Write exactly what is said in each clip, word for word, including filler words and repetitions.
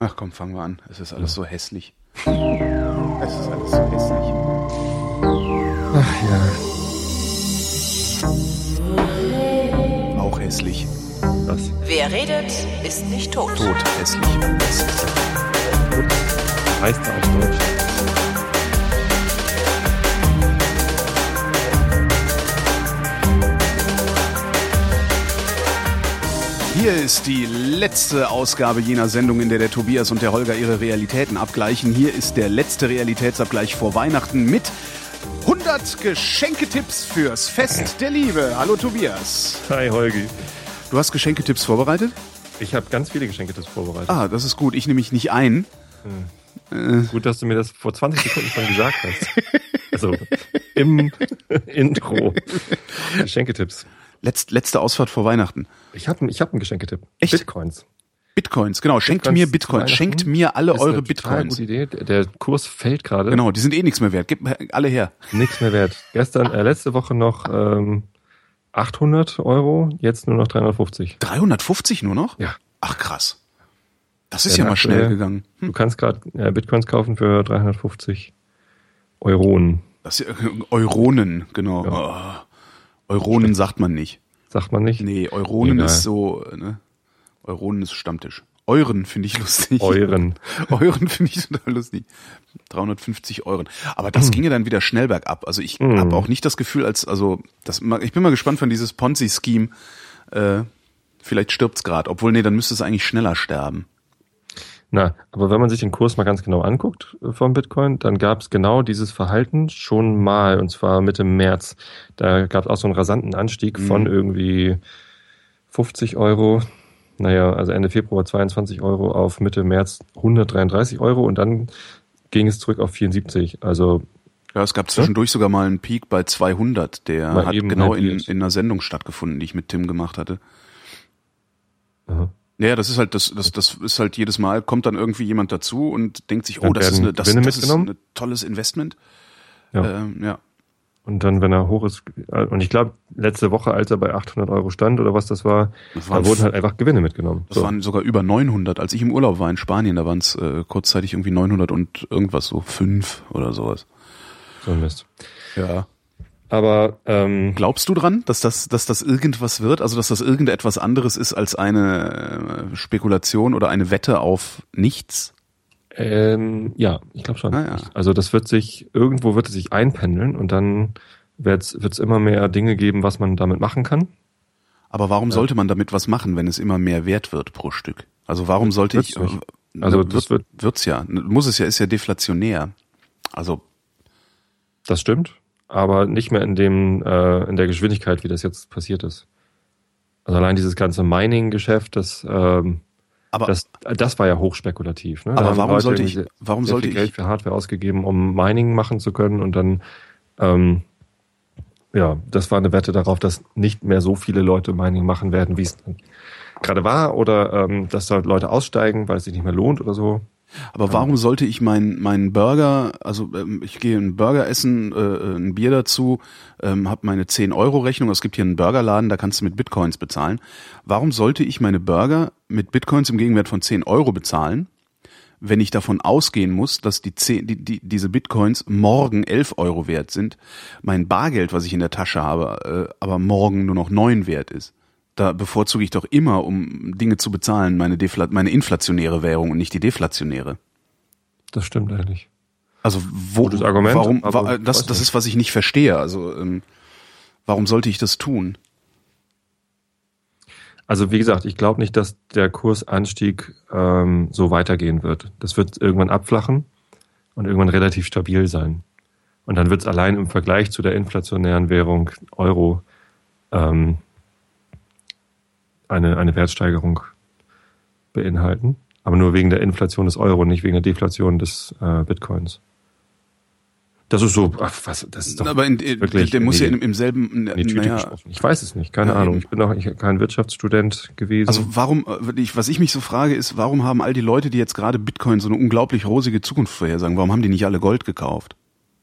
Ach komm, fangen wir an. Es ist alles so hässlich. Es ist alles so hässlich. Ach ja. Auch hässlich. Was? Wer redet, ist nicht tot. Tot, hässlich. hässlich. Heißt er auf Deutsch? Hier ist die letzte Ausgabe jener Sendung, in der der Tobias und der Holger ihre Realitäten abgleichen. Hier ist der letzte Realitätsabgleich vor Weihnachten mit hundert Geschenketipps fürs Fest der Liebe. Hallo Tobias. Hi Holgi. Du hast Geschenketipps vorbereitet? Ich habe ganz viele Geschenketipps vorbereitet. Ah, das ist gut. Ich nehme mich nicht ein. Hm. Äh. Gut, dass du mir das vor zwanzig Sekunden schon gesagt hast. Also im Intro. Geschenketipps. Letz, letzte Ausfahrt vor Weihnachten. Ich habe ich hab einen Geschenketipp. Echt? Bitcoins. Bitcoins, genau. Schenkt Bitcoins mir Bitcoins. Schenkt mir alle ist eure eine Bitcoins. Total gute Idee. Der Kurs fällt gerade. Genau, die sind eh nichts mehr wert. Gib alle her. Nichts mehr wert. Gestern, äh, letzte Woche noch ähm, achthundert Euro, jetzt nur noch dreihundertfünfzig. dreihundertfünfzig nur noch? Ja. Ach krass. Das ist Ja, ja mal aktuell- schnell gegangen. Hm. Du kannst gerade äh, Bitcoins kaufen für dreihundertfünfzig Euronen. Das ist ja, Euronen, genau. Ja. Oh, Euronen sagt man nicht. Sagt man nicht? Nee, Euronen Egal. ist so, ne? Euronen ist Stammtisch. Euren finde ich lustig. Euren. Euren finde ich total lustig. dreihundertfünfzig Euren. Aber das ginge dann wieder schnell bergab. Also ich Mm. habe auch nicht das Gefühl, als, also, das, ich bin mal gespannt von dieses Ponzi-Scheme. Äh, vielleicht stirbt's gerade. Obwohl, nee, dann müsste es eigentlich schneller sterben. Na, aber wenn man sich den Kurs mal ganz genau anguckt äh, vom Bitcoin, dann gab es genau dieses Verhalten schon mal, und zwar Mitte März. Da gab es auch so einen rasanten Anstieg Mhm. von irgendwie fünfzig Euro, naja, also Ende Februar zweiundzwanzig Euro auf Mitte März hundertdreiunddreißig Euro und dann ging es zurück auf vierundsiebzig. Also Ja, es gab zwischendurch sogar mal einen Peak bei zweihundert. Der Mal hat eben genau in, halbiert. in einer Sendung stattgefunden, die ich mit Tim gemacht hatte. aha. Ja, das ist halt das, das, das ist halt jedes Mal kommt dann irgendwie jemand dazu und denkt sich, oh, Dann das ist werden eine, das, Gewinne das ist mitgenommen. ein tolles Investment. Ja. Ähm, ja. Und dann, wenn er hoch ist, äh, und ich glaube, letzte Woche, als er bei achthundert Euro stand oder was das war, Das waren, da wurden halt einfach Gewinne mitgenommen. das waren sogar über neunhundert. Als ich im Urlaub war in Spanien, da waren es äh, kurzzeitig irgendwie neunhundert und irgendwas, so fünf oder sowas. so ein Mist. Ja. Aber ähm, Glaubst du dran, dass das, dass das irgendwas wird? Also, dass das irgendetwas anderes ist als eine äh, Spekulation oder eine Wette auf nichts? Ähm, ja, ich glaube schon. Ah, ja. Also das wird sich, irgendwo wird es sich einpendeln und dann wird es immer mehr Dinge geben, was man damit machen kann. Aber warum Ja. sollte man damit was machen, wenn es immer mehr wert wird pro Stück? Also warum sollte Wird's ich, nicht. äh, Also wird, das wird- wird's ja, muss es ja, ist ja deflationär. Also, Das stimmt, aber nicht mehr in dem, äh, in der Geschwindigkeit, wie das jetzt passiert ist. Also allein dieses ganze Mining-Geschäft, das, ähm, aber, das, das war ja hochspekulativ. Ne? Da aber haben warum Leute sollte ich, irgendwie warum sehr sollte viel Geld ich, für Hardware ausgegeben, um Mining machen zu können und dann, ähm, ja, das war eine Wette darauf, dass nicht mehr so viele Leute Mining machen werden, wie es gerade war, oder ähm, dass da Leute aussteigen, weil es sich nicht mehr lohnt oder so. aber warum sollte ich meinen meinen Burger, also ähm, ich gehe einen Burger essen, äh, ein Bier dazu, ähm, habe meine zehn Euro Rechnung, es gibt hier einen Burgerladen, da kannst du mit Bitcoins bezahlen. Warum sollte ich meine Burger mit Bitcoins im Gegenwert von zehn Euro bezahlen, wenn ich davon ausgehen muss, dass die, zehn, die, die diese Bitcoins morgen elf Euro wert sind, mein Bargeld, was ich in der Tasche habe, äh, aber morgen nur noch neun wert ist? Da bevorzuge ich doch immer, um Dinge zu bezahlen, meine, Defla- meine inflationäre Währung und nicht die deflationäre. Das stimmt eigentlich. Also wo, Gutes Argument, warum, aber wa, das, weiß das nicht. ist, was ich nicht verstehe. Also ähm, warum sollte ich das tun? Also wie gesagt, ich glaube nicht, dass der Kursanstieg ähm, so weitergehen wird. Das wird irgendwann abflachen und irgendwann relativ stabil sein. Und dann wird es allein im Vergleich zu der inflationären Währung Euro ähm, eine, eine Wertsteigerung beinhalten. Aber nur wegen der Inflation des Euro, nicht wegen der Deflation des äh, Bitcoins. Das ist so, ach, was, das ist doch Aber in, der, wirklich der muss ja in im, im selben, die Tüte naja, gesprochen. Ich weiß es nicht, keine Ja, Ahnung. eben. Ich bin auch ich, kein Wirtschaftsstudent gewesen. also warum, äh, ich, was ich mich so frage, ist, warum haben all die Leute, die jetzt gerade Bitcoin so eine unglaublich rosige Zukunft vorhersagen, warum haben die nicht alle Gold gekauft?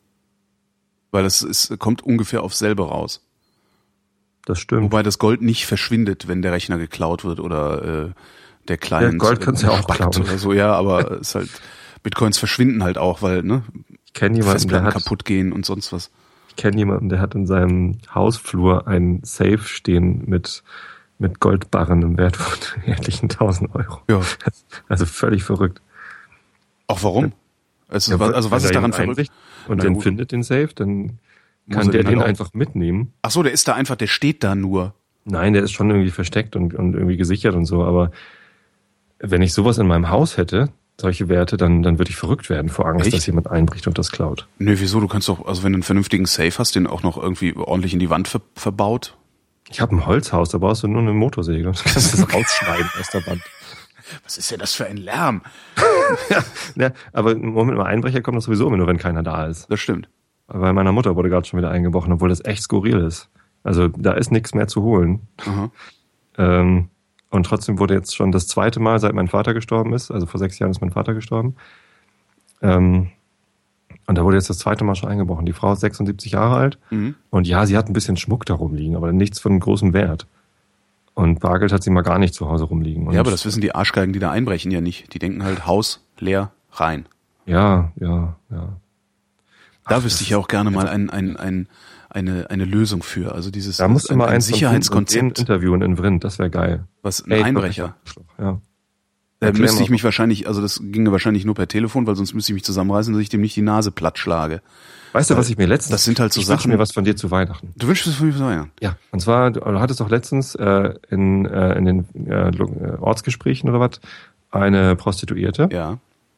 Weil das ist, kommt ungefähr aufs selbe raus. das stimmt. Wobei das Gold nicht verschwindet, wenn der Rechner geklaut wird oder äh, der Client. Ja, Gold kannst du ja auch klauen oder so, ja, aber es ist halt, Bitcoins verschwinden halt auch, weil, ne, ich kenne jemanden, der hat, kaputt gehen und sonst was. Ich kenne jemanden, der hat in seinem Hausflur einen Safe stehen mit, mit Goldbarren im Wert von etlichen tausend Euro. Ja. Also völlig verrückt. Auch warum? Also, ja, also was ist daran verrückt? Und dann findet den Safe, dann kann der den einfach mitnehmen. Ach so, der ist da einfach, der steht da nur. Nein, der ist schon irgendwie versteckt und, und irgendwie gesichert und so, aber wenn ich sowas in meinem Haus hätte, solche Werte, dann, dann würde ich verrückt werden vor Angst, Echt? dass jemand einbricht und das klaut. Nö, wieso? Du kannst doch, also wenn du einen vernünftigen Safe hast, den auch noch irgendwie ordentlich in die Wand ver- verbaut. Ich habe ein Holzhaus, da brauchst du nur eine Motorsäge und kannst das rausschneiden aus der Wand. Was ist denn das für ein Lärm? ja, ja, aber im Moment mal Einbrecher kommt das sowieso immer nur, wenn keiner da ist. Das stimmt. Bei meiner Mutter wurde gerade schon wieder eingebrochen, obwohl das echt skurril ist. Also da ist nichts mehr zu holen. Aha. Ähm, und trotzdem wurde jetzt schon das zweite Mal, seit mein Vater gestorben ist, also vor sechs Jahren ist mein Vater gestorben. Ähm, und da wurde jetzt das zweite Mal schon eingebrochen. Die Frau ist sechsundsiebzig Jahre alt. Mhm. Und ja, sie hat ein bisschen Schmuck da rumliegen, aber nichts von großem Wert. Und Bargeld hat sie mal gar nicht zu Hause rumliegen. Und ja, aber das wissen die Arschgeigen, die da einbrechen, ja nicht. Die denken halt Haus, leer, rein. Ja, ja, ja. Da Ach, wüsste ich ja auch gerne mal ein, ein, ein, eine, eine Lösung für. Also dieses da musst du mal ein Sicherheitskonzept interviewen in Vrind, das wäre geil. Was, ein hey, Einbrecher? Ja. Da müsste ich mich wahrscheinlich, also das ginge wahrscheinlich nur per Telefon, weil sonst müsste ich mich zusammenreißen, dass ich dem nicht die Nase platt schlage. Weißt du, was ich mir letztens... Das sind halt so ich Sachen... Ich mir was von dir zu Weihnachten. Du wünschst mir was von mir zu Weihnachten? Ja. Und zwar, du hattest doch letztens äh, in, äh, in den äh, Ortsgesprächen oder was eine Prostituierte. Ja.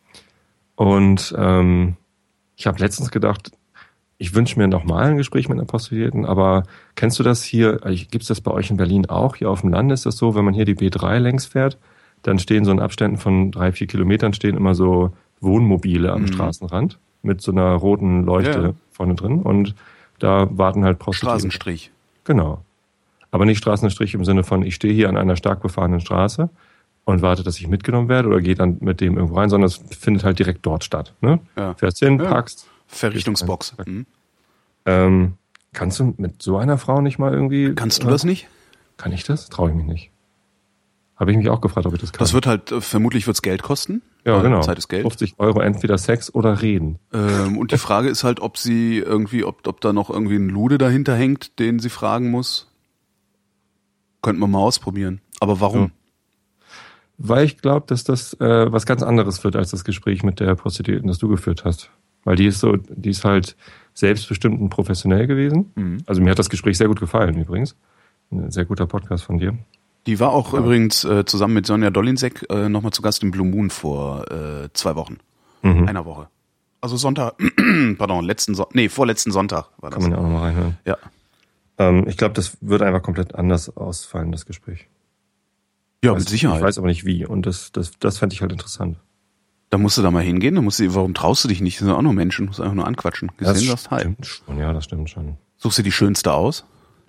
Und ähm, ich habe letztens gedacht, ich wünsche mir nochmal ein Gespräch mit einer Prostituierten, aber kennst du das hier, gibt's das bei euch in Berlin auch? Hier auf dem Land ist das so, wenn man hier die B drei längs fährt, dann stehen so in Abständen von drei, vier Kilometern stehen immer so Wohnmobile am mhm. Straßenrand mit so einer roten Leuchte ja. vorne drin und da warten halt Prostituierte. Straßenstrich. Genau. Aber nicht Straßenstrich im Sinne von, ich stehe hier an einer stark befahrenen Straße und warte, dass ich mitgenommen werde oder gehe dann mit dem irgendwo rein, sondern es findet halt direkt dort statt. Ne? Ja. Fährst hin, ja. packst. Verrichtungsbox. Mhm. Ähm, kannst du mit so einer Frau nicht mal irgendwie... Kannst du das nicht? Kann ich das? Traue ich mich nicht. Habe ich mich auch gefragt, ob ich das kann. Das wird halt, vermutlich wird's Geld kosten. Ja, genau. Zeit ist Geld. fünfzig Euro entweder Sex oder Reden. Ähm, und die Frage ist halt, ob sie irgendwie, ob, ob da noch irgendwie ein Lude dahinter hängt, den sie fragen muss. Könnten wir mal ausprobieren. Aber warum? Ja. Weil ich glaube, dass das äh, was ganz anderes wird als das Gespräch mit der Prostituierten, das du geführt hast. Weil die ist so, die ist halt selbstbestimmt und professionell gewesen. Mhm. Also mir hat das Gespräch sehr gut gefallen übrigens. Ein sehr guter Podcast von dir. Die war auch ja. übrigens äh, zusammen mit Sonja Dolinsek äh, nochmal zu Gast im Blue Moon vor äh, zwei Wochen. Mhm. Einer Woche. Also Sonntag, pardon, letzten Son- nee, vorletzten Sonntag war das. Kann man ja auch nochmal reinhören. Ja. Ähm, ich glaube, das wird einfach komplett anders ausfallen, das Gespräch. Ja, weiß, mit Sicherheit. Ich weiß aber nicht wie. Und das, das, das fände ich halt interessant. Da musst du da mal hingehen, da musst du, warum traust du dich nicht? Das sind auch nur Menschen, du musst einfach nur anquatschen. Das Gesehen, stimmt hi. schon, ja, das stimmt schon. Suchst du die schönste aus?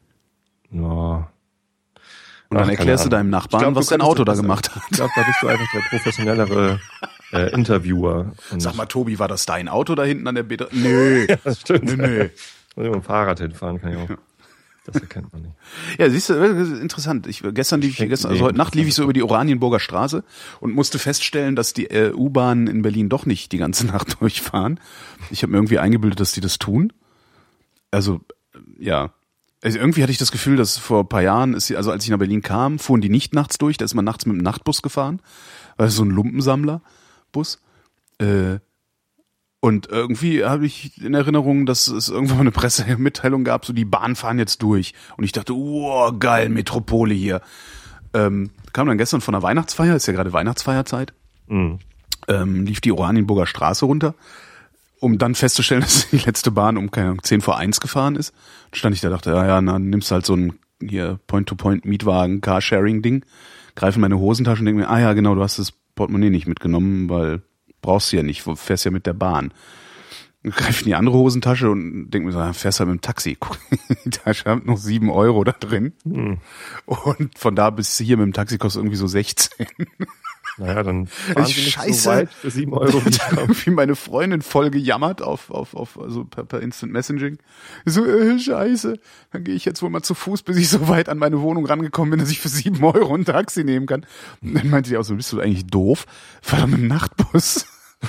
Ja. Und dann Ach, erklärst du deinem Nachbarn, glaub, was dein Auto da gemacht hat. Ich glaube, da bist du einfach der professionellere äh, Interviewer. Und Sag mal, Tobi, war das dein Auto da hinten an der B drei? Nö. Ja, das stimmt. Nö, nö. Muss ich mit dem Fahrrad hinfahren, kann ich auch. Das erkennt man nicht. Ja, siehst du, das ist interessant. Ich, gestern lief ich, gestern, also heute Nacht lief ich so über die Oranienburger Straße und musste feststellen, dass die äh, U-Bahnen in Berlin doch nicht die ganze Nacht durchfahren. Ich habe mir irgendwie eingebildet, dass die das tun. Also, ja. Also irgendwie hatte ich das Gefühl, dass vor ein paar Jahren, ist, also als ich nach Berlin kam, fuhren die nicht nachts durch. Da ist man nachts mit dem Nachtbus gefahren. Also so ein Lumpensammlerbus. Äh, Und irgendwie habe ich in Erinnerung, dass es irgendwann mal eine Pressemitteilung gab, so die Bahn fahren jetzt durch. Und ich dachte, wow, geil, Metropole hier. Ähm, kam dann gestern von der Weihnachtsfeier, ist ja gerade Weihnachtsfeierzeit, mhm. ähm, lief die Oranienburger Straße runter, um dann festzustellen, dass die letzte Bahn um, keine Ahnung, zehn vor eins gefahren ist. Dann stand ich da, dachte, ja, ja, dann nimmst du halt so ein hier Point-to-Point-Mietwagen, Carsharing-Ding, greife in meine Hosentasche und denke mir, ah ja, genau, du hast das Portemonnaie nicht mitgenommen, weil brauchst du ja nicht, fährst ja mit der Bahn. Ich greife in die andere Hosentasche und denke mir so, fährst halt mit dem Taxi. Guck, die Tasche hat noch sieben Euro da drin. Mhm. Und von da bis hier mit dem Taxi kostet irgendwie so sechzehn. Naja, dann fahren Sie nicht Scheiße. so weit für sieben Euro. Und dann irgendwie meine Freundin voll gejammert auf, auf, auf, also per, per Instant Messaging. So, äh, scheiße. Dann gehe ich jetzt wohl mal zu Fuß, bis ich so weit an meine Wohnung rangekommen bin, dass ich für sieben Euro ein Taxi nehmen kann. Und dann meinte die auch so, bist du eigentlich doof? Fahr doch mit dem Nachtbus.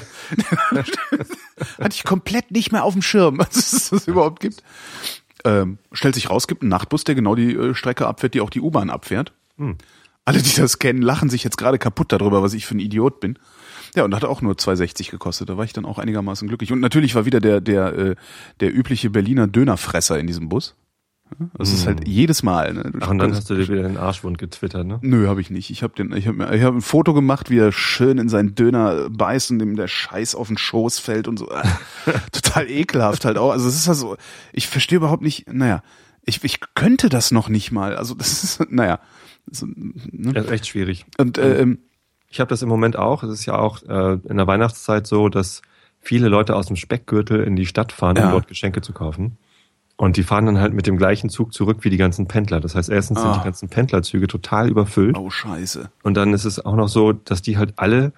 Hatte ich komplett nicht mehr auf dem Schirm, dass es das überhaupt gibt. Ähm, stellt sich raus, gibt einen Nachtbus, der genau die äh, Strecke abfährt, die auch die U-Bahn abfährt. Hm. Alle, die das kennen, lachen sich jetzt gerade kaputt darüber, was ich für ein Idiot bin. Ja, und hat auch nur zwei sechzig gekostet. Da war ich dann auch einigermaßen glücklich. Und natürlich war wieder der der äh, der übliche Berliner Dönerfresser in diesem Bus. Das hm. ist halt jedes Mal. Ne? Ach, und dann hast du dir wieder den Arschwund getwittert, ne? Nö, habe ich nicht. Ich habe den, ich habe, ich habe ein Foto gemacht, wie er schön in seinen Döner beißt und dem der Scheiß auf den Schoß fällt und so. Total ekelhaft halt auch. Also es ist ja so. Ich verstehe überhaupt nicht. Naja, ich ich könnte das noch nicht mal. Also das ist naja. So, ne? Das ist echt schwierig. Und äh, ähm, ich habe das im Moment auch. Es ist ja auch äh, in der Weihnachtszeit so, dass viele Leute aus dem Speckgürtel in die Stadt fahren, um ja. dort Geschenke zu kaufen. Und die fahren dann halt mit dem gleichen Zug zurück wie die ganzen Pendler. Das heißt, erstens ah. sind die ganzen Pendlerzüge total überfüllt. Oh, scheiße. Und dann ist es auch noch so, dass die halt alle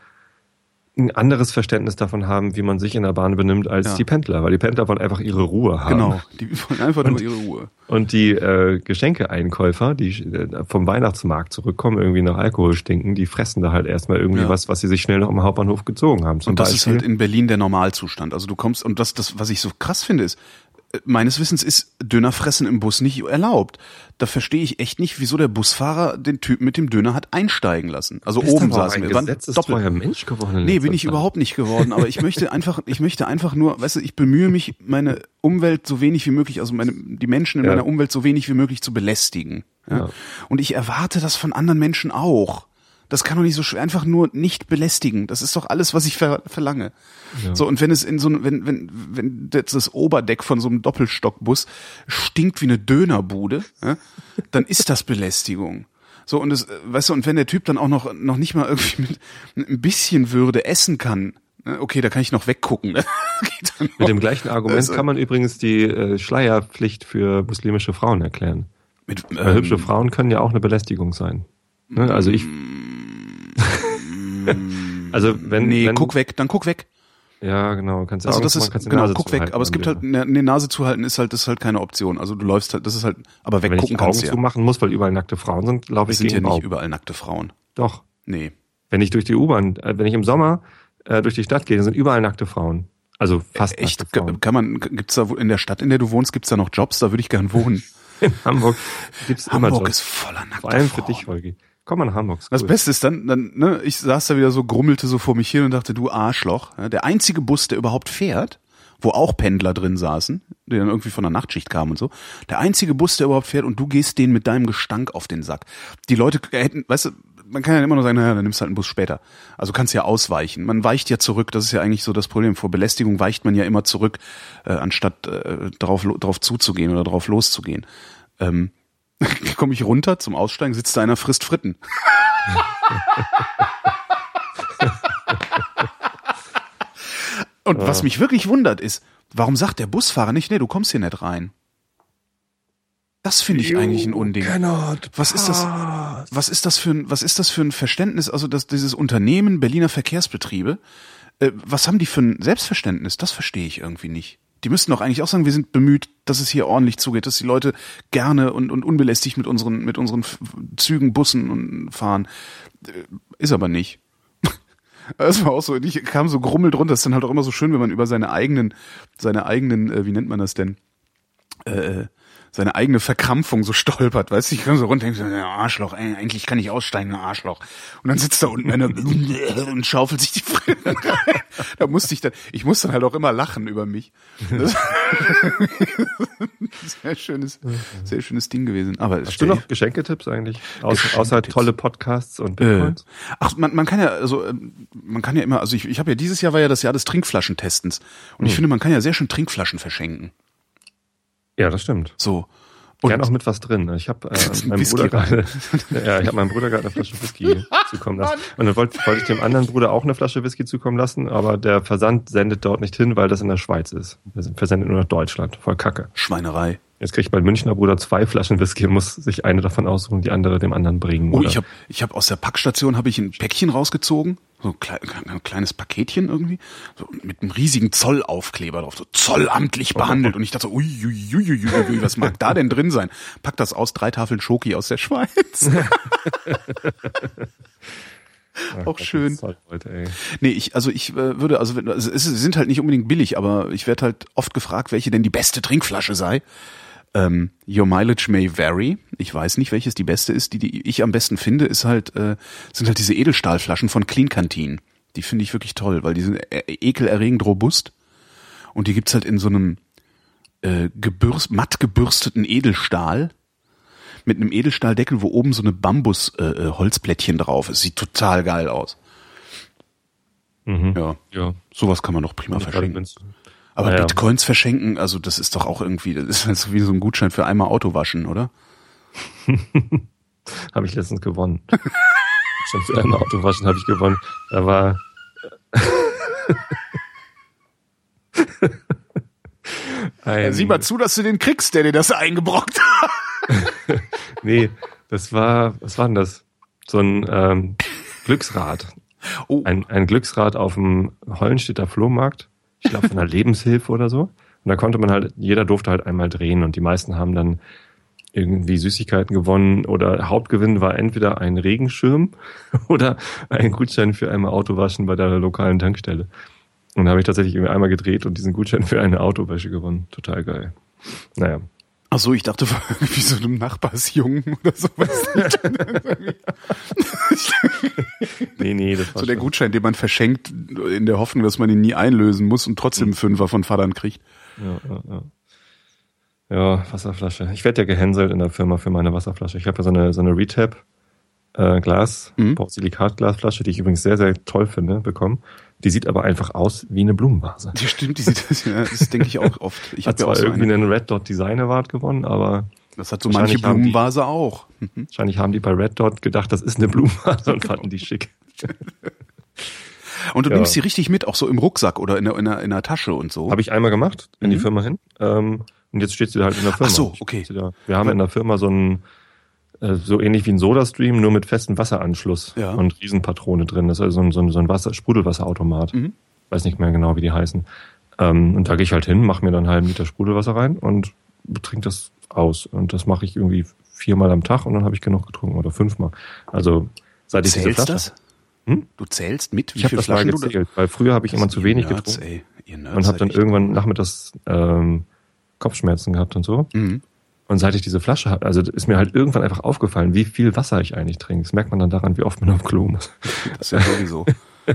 ein anderes Verständnis davon haben, wie man sich in der Bahn benimmt, als ja. die Pendler. Weil die Pendler wollen einfach ihre Ruhe haben. Genau, die wollen einfach und, nur ihre Ruhe. Und die äh, Geschenkeeinkäufer, die äh, vom Weihnachtsmarkt zurückkommen, irgendwie nach Alkohol stinken, die fressen da halt erstmal irgendwie ja. was, was sie sich schnell noch im Hauptbahnhof gezogen haben. Zum und das Beispiel. ist halt in Berlin der Normalzustand. Also du kommst, und das, das, was ich so krass finde, ist, meines Wissens ist Dönerfressen im Bus nicht erlaubt. Da verstehe ich echt nicht, wieso der Busfahrer den Typen mit dem Döner hat einsteigen lassen. Also Bist oben aber saßen ein wir. Waren gesetzestreuer Mensch geworden. Nee, bin ich Zeit. überhaupt nicht geworden. Aber ich möchte einfach, ich möchte einfach nur, weißt du, ich bemühe mich, meine Umwelt so wenig wie möglich, also meine, die Menschen in ja. meiner Umwelt so wenig wie möglich zu belästigen. Ja? Ja. Und ich erwarte das von anderen Menschen auch. Das kann doch nicht so schwer, einfach nur nicht belästigen. Das ist doch alles, was ich ver- verlange. Ja. So, und wenn es in so wenn, wenn, wenn das Oberdeck von so einem Doppelstockbus stinkt wie eine Dönerbude, ja, dann ist das Belästigung. So, und es, weißt du, und wenn der Typ dann auch noch, noch nicht mal irgendwie mit ein bisschen Würde essen kann, okay, da kann ich noch weggucken. Ne? Mit dem gleichen Argument also, kann man übrigens die äh, Schleierpflicht für muslimische Frauen erklären. Mit, ähm, Weil hübsche Frauen können ja auch eine Belästigung sein. Ne? Also ich Also wenn nee, wenn, guck weg, dann guck weg. Ja, genau, kannst du also auch das ist kannst genau, Nase guck weg, aber es gibt halt eine ne Nase zuhalten ist halt das ist halt keine Option. Also du läufst halt, das ist halt, aber weggucken kannst du ja. Wenn ich die Augen zumachen muss, weil überall nackte Frauen sind, laufe ich gegen gegen sind ja Baum. nicht überall nackte Frauen. Doch. Nee. Wenn ich durch die U-Bahn, äh, wenn ich im Sommer äh, durch die Stadt gehe, dann sind überall nackte Frauen. Also fast Echt? nackte Frauen. Kann man gibt's da in der Stadt, in der du wohnst, gibt's da noch Jobs? Da würde ich gern wohnen. In Hamburg gibt's immer Hamburg Jobs. ist voller nackter Frauen. Vor allem für dich, Holgi. Komm mal nach Hamburg. Das cool. Beste ist dann, dann, ne, ich saß da wieder so, grummelte so vor mich hin und dachte, du Arschloch. Ja, der einzige Bus, der überhaupt fährt, wo auch Pendler drin saßen, die dann irgendwie von der Nachtschicht kamen und so, der einzige Bus, der überhaupt fährt und du gehst denen mit deinem Gestank auf den Sack. Die Leute hätten, weißt du, man kann ja immer nur sagen, naja, dann nimmst du halt einen Bus später. Also kannst ja ausweichen. Man weicht ja zurück, das ist ja eigentlich so das Problem. Vor Belästigung weicht man ja immer zurück, äh, anstatt äh, drauf, drauf zuzugehen oder drauf loszugehen. Ähm, komme ich runter zum Aussteigen, sitzt da einer, frisst Fritten. Und was mich wirklich wundert ist, warum sagt der Busfahrer nicht, nee, du kommst hier nicht rein? Das finde ich you eigentlich ein Unding. Was ist das? Was ist das für ein, was ist das für ein Verständnis? Also, dass dieses Unternehmen Berliner Verkehrsbetriebe, äh, was haben die für ein Selbstverständnis? Das verstehe ich irgendwie nicht. Die müssten doch eigentlich auch sagen, wir sind bemüht, dass es hier ordentlich zugeht, dass die Leute gerne und, und unbelästigt mit unseren, mit unseren Zügen, Bussen und fahren. Ist aber nicht. Das war auch so, ich kam so grummelt runter. Das ist dann halt auch immer so schön, wenn man über seine eigenen, seine eigenen, äh, wie nennt man das denn? Äh, seine eigene Verkrampfung so stolpert, weißt du, ich kann so runter und denke, so, Arschloch, ey, eigentlich kann ich aussteigen, Arschloch. Und dann sitzt da unten einer und schaufelt sich die Fresse rein. Da musste ich dann, ich musste dann halt auch immer lachen über mich. Das sehr schönes, sehr schönes Ding gewesen. Aber hast du noch Geschenketipps eigentlich? Außer, außer tolle Podcasts und Bitcoins? Äh, ach, man, man kann ja, also, man kann ja immer, also ich, ich habe ja, dieses Jahr war ja das Jahr des Trinkflaschentestens. Und ich hm. finde, man kann ja sehr schön Trinkflaschen verschenken. Ja, das stimmt. So. Und gern auch mit was drin. Ich habe äh, meinem Bruder gerade, ja, ich habe meinem Bruder gerade eine Flasche Whisky zukommen lassen. Und dann wollte, wollte ich dem anderen Bruder auch eine Flasche Whisky zukommen lassen, aber der Versand sendet dort nicht hin, weil das in der Schweiz ist. Der versendet nur nach Deutschland. Voll Kacke. Schweinerei. Jetzt kriegt mein Münchner Bruder zwei Flaschen Whisky und muss sich eine davon aussuchen, die andere dem anderen bringen. Oh, oder? ich habe ich hab aus der Packstation habe ich ein Päckchen rausgezogen, so ein, klein, ein kleines Paketchen irgendwie, so mit einem riesigen Zollaufkleber drauf, so zollamtlich behandelt. Und ich dachte so, ui, ui, ui, ui, ui, was mag da denn drin sein? Pack das aus, drei Tafeln Schoki aus der Schweiz. Ach, auch schön. Halt heute, ey. Nee, ich, also ich äh, würde, also, also es sind halt nicht unbedingt billig, aber ich werde halt oft gefragt, welche denn die beste Trinkflasche sei. Ähm, Your mileage may vary. Ich weiß nicht, welches die beste ist. Die, die ich am besten finde, ist halt, äh, sind halt diese Edelstahlflaschen von Clean Canteen. Die finde ich wirklich toll, weil die sind e- ekelerregend robust. Und die gibt's halt in so einem äh, gebürst, matt gebürsteten Edelstahl mit einem Edelstahldeckel, wo oben so eine Bambus-Holzplättchen äh, drauf ist. Sieht total geil aus. Mhm. Ja. Ja. Sowas kann man doch prima verschenken. Wenn's- Aber Naja. Bitcoins verschenken, also das ist doch auch irgendwie, das ist halt so wie so ein Gutschein für einmal Auto waschen, oder? Habe ich letztens gewonnen. Schon für einmal Autowaschen habe ich gewonnen. Da war ein, Sieh mal zu, dass du den kriegst, der dir das eingebrockt hat. nee, das war, was war denn das? So ein ähm, Glücksrad. Oh, Ein, ein Glücksrad auf dem Hollenstädter Flohmarkt. Ich glaube von einer Lebenshilfe oder so. Und da konnte man halt, jeder durfte halt einmal drehen und die meisten haben dann irgendwie Süßigkeiten gewonnen oder Hauptgewinn war entweder ein Regenschirm oder ein Gutschein für einmal Autowaschen bei der lokalen Tankstelle. Und da habe ich tatsächlich irgendwie einmal gedreht und diesen Gutschein für eine Autowäsche gewonnen. Total geil. Naja. ach so, ich dachte war irgendwie so einem Nachbarsjungen oder sowas. Nee, nee, das war So der schon- Gutschein, den man verschenkt, in der Hoffnung, dass man ihn nie einlösen muss und trotzdem einen Fünfer von Vatern kriegt. Ja, ja, ja. Ja, Wasserflasche. Ich werde ja gehänselt in der Firma für meine Wasserflasche. Ich habe ja so eine, so eine Retap äh, Glas, Mhm. Silikatglasflasche, die ich übrigens sehr, sehr toll finde, bekommen. Die sieht aber einfach aus wie eine Blumenvase. Die stimmt, die sieht das, ja, das denke ich auch oft. Ich Hat habe ja auch zwar so irgendwie eine. einen Red Dot Design Award gewonnen, aber Das hat so manche wahrscheinlich haben die- Blumenvase auch. Mhm. wahrscheinlich haben die bei Red Dot gedacht, das ist eine Blumenvase und fanden die schick. Und du Ja. nimmst die richtig mit, auch so im Rucksack oder in der, in der, in der Tasche und so. Habe ich einmal gemacht, in die Mhm. Firma hin. Ähm, und jetzt steht sie da halt in der Firma. Ach so, Ich- okay. sie da- Wir haben in der Firma so ein, äh, so ähnlich wie ein Soda-Stream, nur mit festem Wasseranschluss Ja. und Riesenpatrone drin. Das ist also so ein, so ein, so ein Wasser, Sprudelwasserautomat. Mhm. Weiß nicht mehr genau, wie die heißen. Ähm, und da gehe ich halt hin, mache mir dann einen halben Liter Sprudelwasser rein und trinke das aus. Und das mache ich irgendwie viermal am Tag und dann habe ich genug getrunken oder fünfmal. Also seit ich diese Zählst Flasche... das? Hm? Du zählst mit, wie Ich habe viele das mal Flaschen du gezählt, weil früher habe ich immer zu wenig Nerds, getrunken ey. Ihr Nerds und habe seid dann echt- irgendwann nachmittags ähm, Kopfschmerzen gehabt und so. Mhm. Und seit ich diese Flasche habe, also ist mir halt irgendwann einfach aufgefallen, wie viel Wasser ich eigentlich trinke. Das merkt man dann daran, wie oft man auf Klo muss. Das ist ja sowieso.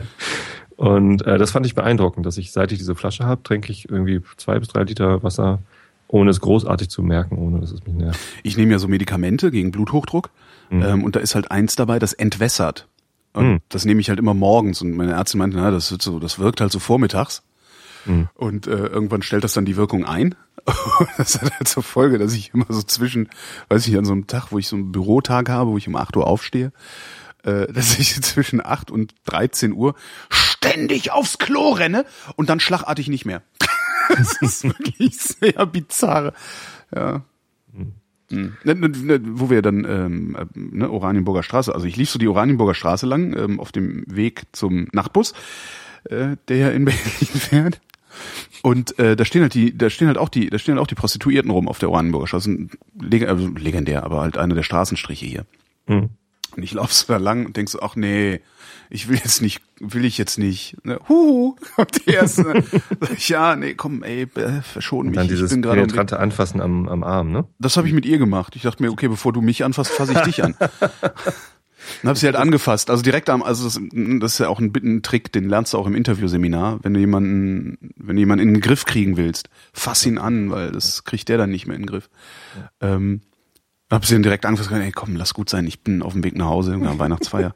Und äh, das fand ich beeindruckend, dass ich, seit ich diese Flasche habe, trinke ich irgendwie zwei bis drei Liter Wasser, ohne es großartig zu merken, ohne dass es mich nervt. Ich nehme ja so Medikamente gegen Bluthochdruck Mhm. ähm, und da ist halt eins dabei, das entwässert. Und Mhm. das nehme ich halt immer morgens und meine Ärztin meinte, na, das wird so, das wirkt halt so vormittags. Mhm. Und äh, irgendwann stellt das dann die Wirkung ein. Das hat halt zur Folge, dass ich immer so zwischen, weiß ich, an so einem Tag, wo ich so einen Bürotag habe, wo ich um acht Uhr aufstehe, äh, dass ich zwischen acht und dreizehn Uhr ständig aufs Klo renne und dann schlagartig nicht mehr. Das ist wirklich sehr bizarr. Ja. Mhm. Hm. Ne, ne, ne, wo wir dann, ähm, äh, ne, Oranienburger Straße, also ich lief so die Oranienburger Straße lang, ähm, auf dem Weg zum Nachtbus, äh, der ja in Berlin fährt. Und äh, da stehen halt die, da stehen halt auch die, da stehen halt auch die Prostituierten rum auf der Oranienburger Straße. Leg also legendär, aber halt einer der Straßenstriche hier. Mhm. Und ich laufe so da lang und denk so, ach nee, ich will jetzt nicht, will ich jetzt nicht. Ne? Huhu, kommt die erste. Sag ich, ja, nee, komm, ey, äh, verschon Und mich. dann ich dieses bin gerade am Weg. penetrante Anfassen am, am Arm, ne? Das habe ich mit ihr gemacht. Ich dachte mir, okay, bevor du mich anfasst, fasse ich dich an. Dann habe sie halt angefasst. Also direkt am, also das, das ist ja auch ein, ein Trick, den lernst du auch im Interviewseminar. Wenn du jemanden, wenn du jemanden in den Griff kriegen willst, fass ihn an, weil das kriegt der dann nicht mehr in den Griff. Ja. Ähm, dann hab sie dann direkt angefasst, ey, komm, lass gut sein, ich bin auf dem Weg nach Hause, irgendeiner Weihnachtsfeier.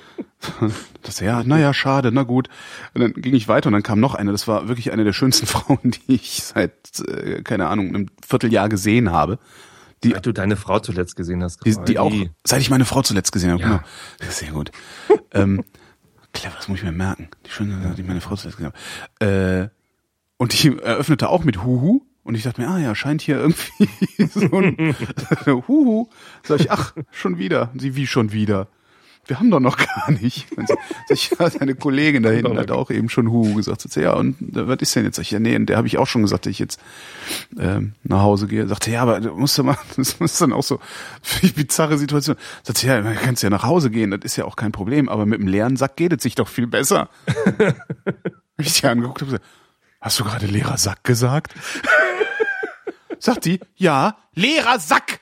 Das, ja, naja, schade, na gut. Und dann ging ich weiter und dann kam noch eine, das war wirklich eine der schönsten Frauen, die ich seit, äh, keine Ahnung, einem Vierteljahr gesehen habe. Die, Seit du deine Frau zuletzt gesehen hast. die, die auch, Ey. seit ich meine Frau zuletzt gesehen habe, Ja. genau. Das ist sehr gut. ähm, clever, das muss ich mir merken. Die schöne, seit ich meine Frau zuletzt gesehen habe. Äh, und die eröffnete auch mit Huhu. Und ich dachte mir, ah ja, scheint hier irgendwie so ein Huhu. Sag ich, ach, schon wieder. Und sie, wie schon wieder? Wir haben doch noch gar nicht. Und ich, eine Kollegin da hinten hat auch eben schon Huhu gesagt. Sagt sie, ja, und was ist denn jetzt? Sag ich, ja, nee, und der habe ich auch schon gesagt, dass ich jetzt ähm, nach Hause gehe. Sagte, ja, aber du musst ja mal, das muss dann auch so für die bizarre Situation. Sagt sie, ja, du kannst ja nach Hause gehen, das ist ja auch kein Problem, aber mit dem leeren Sack geht es sich doch viel besser. Hab ich sie angeguckt und gesagt, hast du gerade leerer Sack gesagt? Sagt sie, ja, leerer Sack.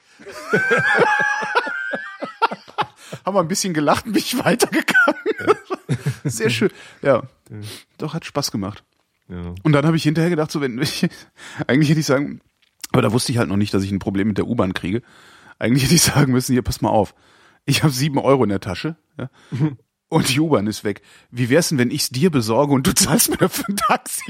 Haben wir ein bisschen gelacht und bin ich weitergegangen. Sehr schön. Ja, doch, hat Spaß gemacht. Ja. Und dann habe ich hinterher gedacht, so wenn ich, eigentlich hätte ich sagen, aber da wusste ich halt noch nicht, dass ich ein Problem mit der U-Bahn kriege. Eigentlich hätte ich sagen müssen, hier, pass mal auf, ich habe sieben Euro in der Tasche, ja, und die U-Bahn ist weg. Wie wär's denn, wenn ich's dir besorge und du zahlst mir dafür ein Taxi?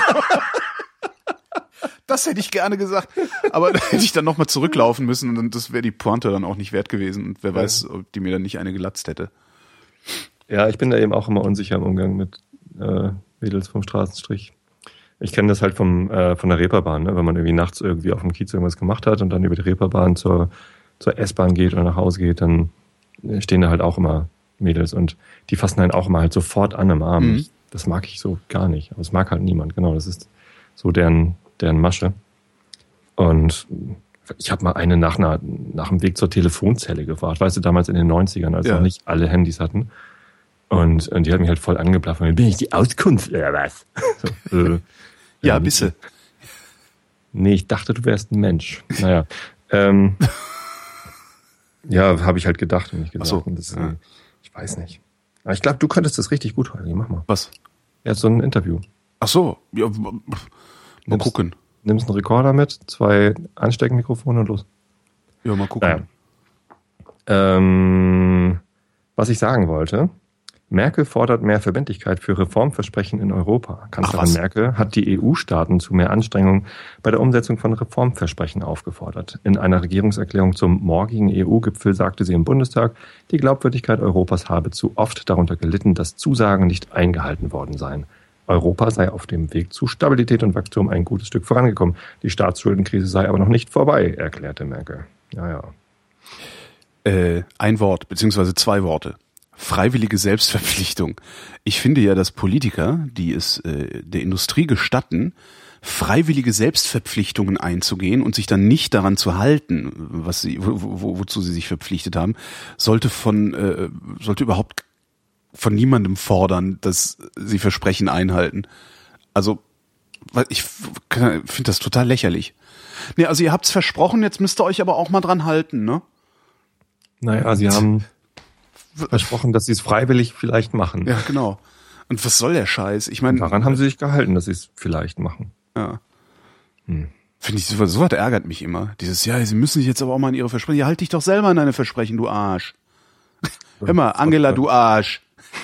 Das hätte ich gerne gesagt. Aber da hätte ich dann nochmal zurücklaufen müssen und das wäre die Pointe dann auch nicht wert gewesen. Und wer weiß, ob die mir dann nicht eine gelatzt hätte. Ja, ich bin da eben auch immer unsicher im Umgang mit äh, Mädels vom Straßenstrich. Ich kenne das halt vom äh, von der Reeperbahn, ne? Wenn man irgendwie nachts irgendwie auf dem Kiez irgendwas gemacht hat und dann über die Reeperbahn zur, zur S-Bahn geht oder nach Hause geht, dann stehen da halt auch immer Mädels und die fassen einen auch immer halt sofort an im Arm. Mhm. Das mag ich so gar nicht. Aber es mag halt niemand. Genau, das ist so deren deren Masche. Und ich habe mal eine nach, einer, nach dem Weg zur Telefonzelle gefragt, weißt du, damals in den neunzigern, als ja. noch nicht alle Handys hatten. Und, und die hat mich halt voll angeblafft. Bin ich die Auskunft oder was? So, äh, ja, ähm, bisse. Nee, ich dachte, du wärst ein Mensch. Naja. ähm, ja, habe ich halt gedacht und nicht gesagt. Ach so, und das, ja. Ich weiß nicht. Aber ich glaube, du könntest das richtig gut, Holgi. Mach mal. Was? Ja, so ein Interview. Ach so, ja, mal nimmst, gucken. Nimmst einen Rekorder mit, zwei Ansteckmikrofone und los. Ja, mal gucken. Naja. Ähm, was ich sagen wollte, Merkel fordert mehr Verbindlichkeit für Reformversprechen in Europa. Kanzlerin Merkel hat die E U-Staaten zu mehr Anstrengungen bei der Umsetzung von Reformversprechen aufgefordert. In einer Regierungserklärung zum morgigen E U-Gipfel sagte sie im Bundestag, die Glaubwürdigkeit Europas habe zu oft darunter gelitten, dass Zusagen nicht eingehalten worden seien. Europa sei auf dem Weg zu Stabilität und Wachstum ein gutes Stück vorangekommen. Die Staatsschuldenkrise sei aber noch nicht vorbei, erklärte Merkel. Ja, ja. Äh, ein Wort, beziehungsweise zwei Worte. Freiwillige Selbstverpflichtung. Ich finde ja, dass Politiker, die es äh, der Industrie gestatten, freiwillige Selbstverpflichtungen einzugehen und sich dann nicht daran zu halten, was sie, wo, wo, wozu sie sich verpflichtet haben, sollte von, äh, sollte überhaupt von niemandem fordern, dass sie Versprechen einhalten. Also, ich finde das total lächerlich. Nee, also ihr habt's versprochen, jetzt müsst ihr euch aber auch mal dran halten, ne? Naja, sie haben versprochen, dass sie es freiwillig vielleicht machen. Ja, genau. Und was soll der Scheiß? Ich meine, daran haben sie sich gehalten, dass sie es vielleicht machen. Ja. Hm. Finde ich, sowas, sowas ärgert mich immer. Dieses, ja, sie müssen sich jetzt aber auch mal an ihre Versprechen. Ja, halt dich doch selber an deine Versprechen, du Arsch. Hör mal, Angela, du Arsch.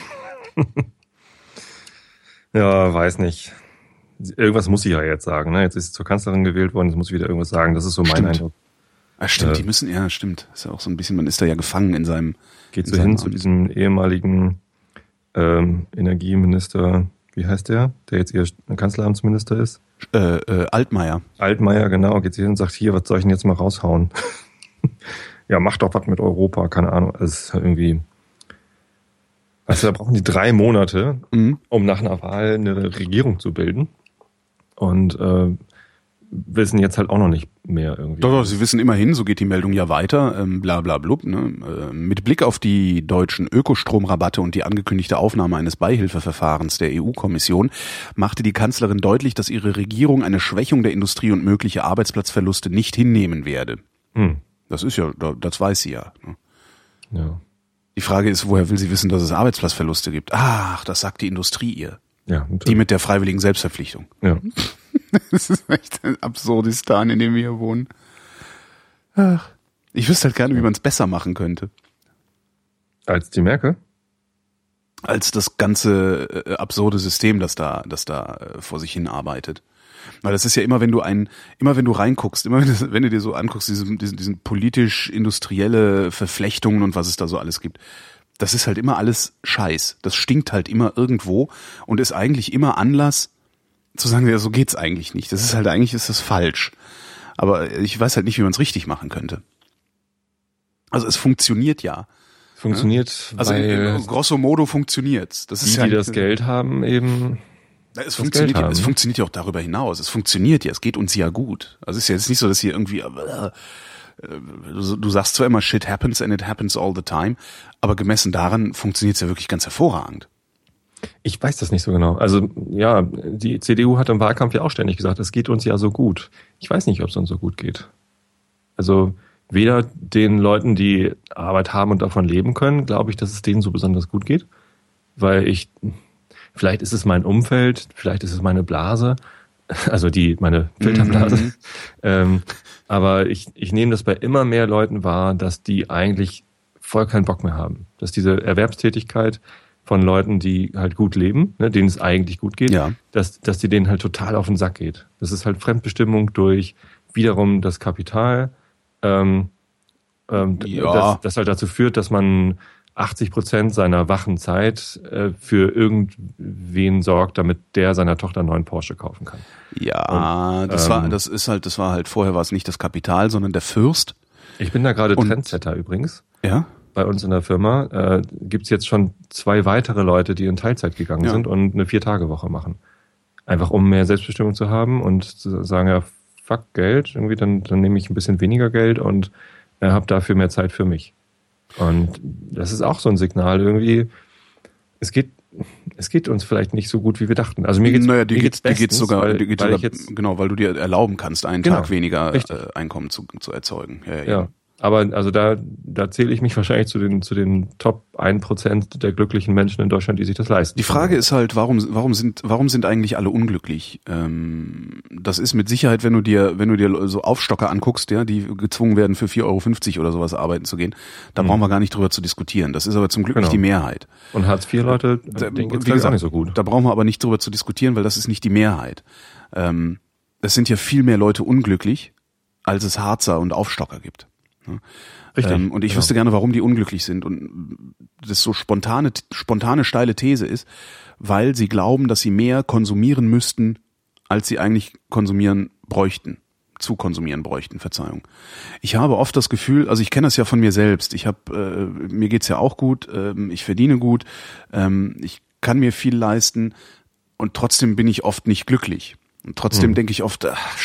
Ja, weiß nicht. Irgendwas muss sie ja jetzt sagen, ne? Jetzt ist sie zur Kanzlerin gewählt worden, jetzt muss sie wieder irgendwas sagen. Das ist so mein stimmt. Eindruck. Ah, stimmt, äh, die müssen, ja, stimmt. Ist ja auch so ein bisschen, man ist da ja gefangen in seinem. Geht so hin Amt. Zu diesem ehemaligen ähm, Energieminister, wie heißt der, der jetzt ihr Kanzleramtsminister ist? Äh, äh, Altmaier. Altmaier, genau, geht sie hin und sagt, hier, was soll ich denn jetzt mal raushauen? Ja, mach doch was mit Europa, keine Ahnung. Es ist irgendwie. Also da brauchen die drei Monate, mhm. um nach einer Wahl eine Regierung zu bilden. Und äh, wissen jetzt halt auch noch nicht mehr irgendwie. Doch, doch, sie wissen immerhin, so geht die Meldung ja weiter, ähm, bla bla blub. Ne? Äh, mit Blick auf die deutschen Ökostromrabatte und die angekündigte Aufnahme eines Beihilfeverfahrens der E U-Kommission machte die Kanzlerin deutlich, dass ihre Regierung eine Schwächung der Industrie und mögliche Arbeitsplatzverluste nicht hinnehmen werde. Hm. Das ist ja, das weiß sie ja. Ne? Ja. Die Frage ist, woher will sie wissen, dass es Arbeitsplatzverluste gibt? Ach, das sagt die Industrie ihr. Ja, natürlich. Die mit der freiwilligen Selbstverpflichtung. Ja. Das ist echt ein Absurdistan, in dem wir hier wohnen. Ach, ich wüsste halt gerne, wie man es besser machen könnte. Als die Merkel? Als das ganze äh, absurde System, das da, das da äh, vor sich hin arbeitet. Weil das ist ja immer, wenn du ein, immer wenn du reinguckst, immer wenn du, wenn du dir so anguckst, diese, diesen, diesen politisch-industrielle Verflechtungen und was es da so alles gibt, das ist halt immer alles Scheiß. Das stinkt halt immer irgendwo und ist eigentlich immer Anlass, zu sagen, ja, so geht's eigentlich nicht. Das ist halt, eigentlich ist das falsch. Aber ich weiß halt nicht, wie man es richtig machen könnte. Also es funktioniert ja. Funktioniert, also weil grosso modo funktioniert's. Das ist die, ja die das Geld haben, eben es funktioniert, ja, es funktioniert ja auch darüber hinaus. Es funktioniert ja, es geht uns ja gut. Also es ist ja jetzt nicht so, dass hier irgendwie äh, du, du sagst zwar immer shit happens and it happens all the time, aber gemessen daran funktioniert's ja wirklich ganz hervorragend. Ich weiß das nicht so genau. Also ja, die C D U hat im Wahlkampf ja auch ständig gesagt, es geht uns ja so gut. Ich weiß nicht, ob es uns so gut geht. Also weder den Leuten, die Arbeit haben und davon leben können, glaube ich, dass es denen so besonders gut geht. Weil ich, vielleicht ist es mein Umfeld, vielleicht ist es meine Blase, also die, meine Filterblase. Mhm. ähm, aber ich, ich nehme das bei immer mehr Leuten wahr, dass die eigentlich voll keinen Bock mehr haben. Dass diese Erwerbstätigkeit von Leuten, die halt gut leben, ne, denen es eigentlich gut geht, ja. dass, dass die denen halt total auf den Sack geht. Das ist halt Fremdbestimmung durch wiederum das Kapital, ähm, ähm, ja. das, das halt dazu führt, dass man achtzig Prozent seiner wachen Zeit äh, für irgendwen sorgt, damit der seiner Tochter einen neuen Porsche kaufen kann. Ja, und, das ähm, war, das ist halt, das war halt, vorher war es nicht das Kapital, sondern der Fürst. Ich bin da gerade Trendsetter übrigens. Ja? Bei uns in der Firma äh, gibt's jetzt schon zwei weitere Leute, die in Teilzeit gegangen ja. sind und eine Vier-Tage-Woche machen. Einfach um mehr Selbstbestimmung zu haben und zu sagen, ja, fuck Geld, irgendwie dann, dann nehme ich ein bisschen weniger Geld und äh, habe dafür mehr Zeit für mich. Und das ist auch so ein Signal irgendwie, es geht es geht uns vielleicht nicht so gut, wie wir dachten. Also mir geht's, naja, dir mir geht's, geht's dir geht's sogar, weil, dir geht's weil sogar ich jetzt, genau, weil du dir erlauben kannst, einen genau, Tag weniger äh, Einkommen zu, zu erzeugen. Ja, ja, ja. Aber also da, da zähle ich mich wahrscheinlich zu den, zu den Top ein Prozent der glücklichen Menschen in Deutschland, die sich das leisten. Die Frage ist halt, warum, warum sind, warum sind eigentlich alle unglücklich? Ähm, das ist mit Sicherheit, wenn du dir, wenn du dir so Aufstocker anguckst, ja, die gezwungen werden für vier Euro fünfzig oder sowas arbeiten zu gehen, da mhm. brauchen wir gar nicht drüber zu diskutieren. Das ist aber zum Glück genau. nicht die Mehrheit. Und Hartz vier Leute, da, denen geht's wie gesagt, auch nicht so gut. Da brauchen wir aber nicht drüber zu diskutieren, weil das ist nicht die Mehrheit. Ähm, es sind ja viel mehr Leute unglücklich, als es Harzer und Aufstocker gibt. Richtig. Ähm, und ich genau. wüsste gerne, warum die unglücklich sind. Und das so spontane, spontane, steile These ist, weil sie glauben, dass sie mehr konsumieren müssten, als sie eigentlich konsumieren bräuchten. Zu konsumieren bräuchten, Verzeihung. Ich habe oft das Gefühl, also ich kenne das ja von mir selbst. Ich habe, äh, mir geht's ja auch gut, äh, ich verdiene gut, ähm, ich kann mir viel leisten und trotzdem bin ich oft nicht glücklich. Und trotzdem mhm. denke ich oft, ach,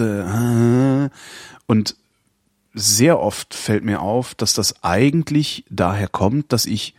scheiße. Und sehr oft fällt mir auf, dass das eigentlich daher kommt, dass ich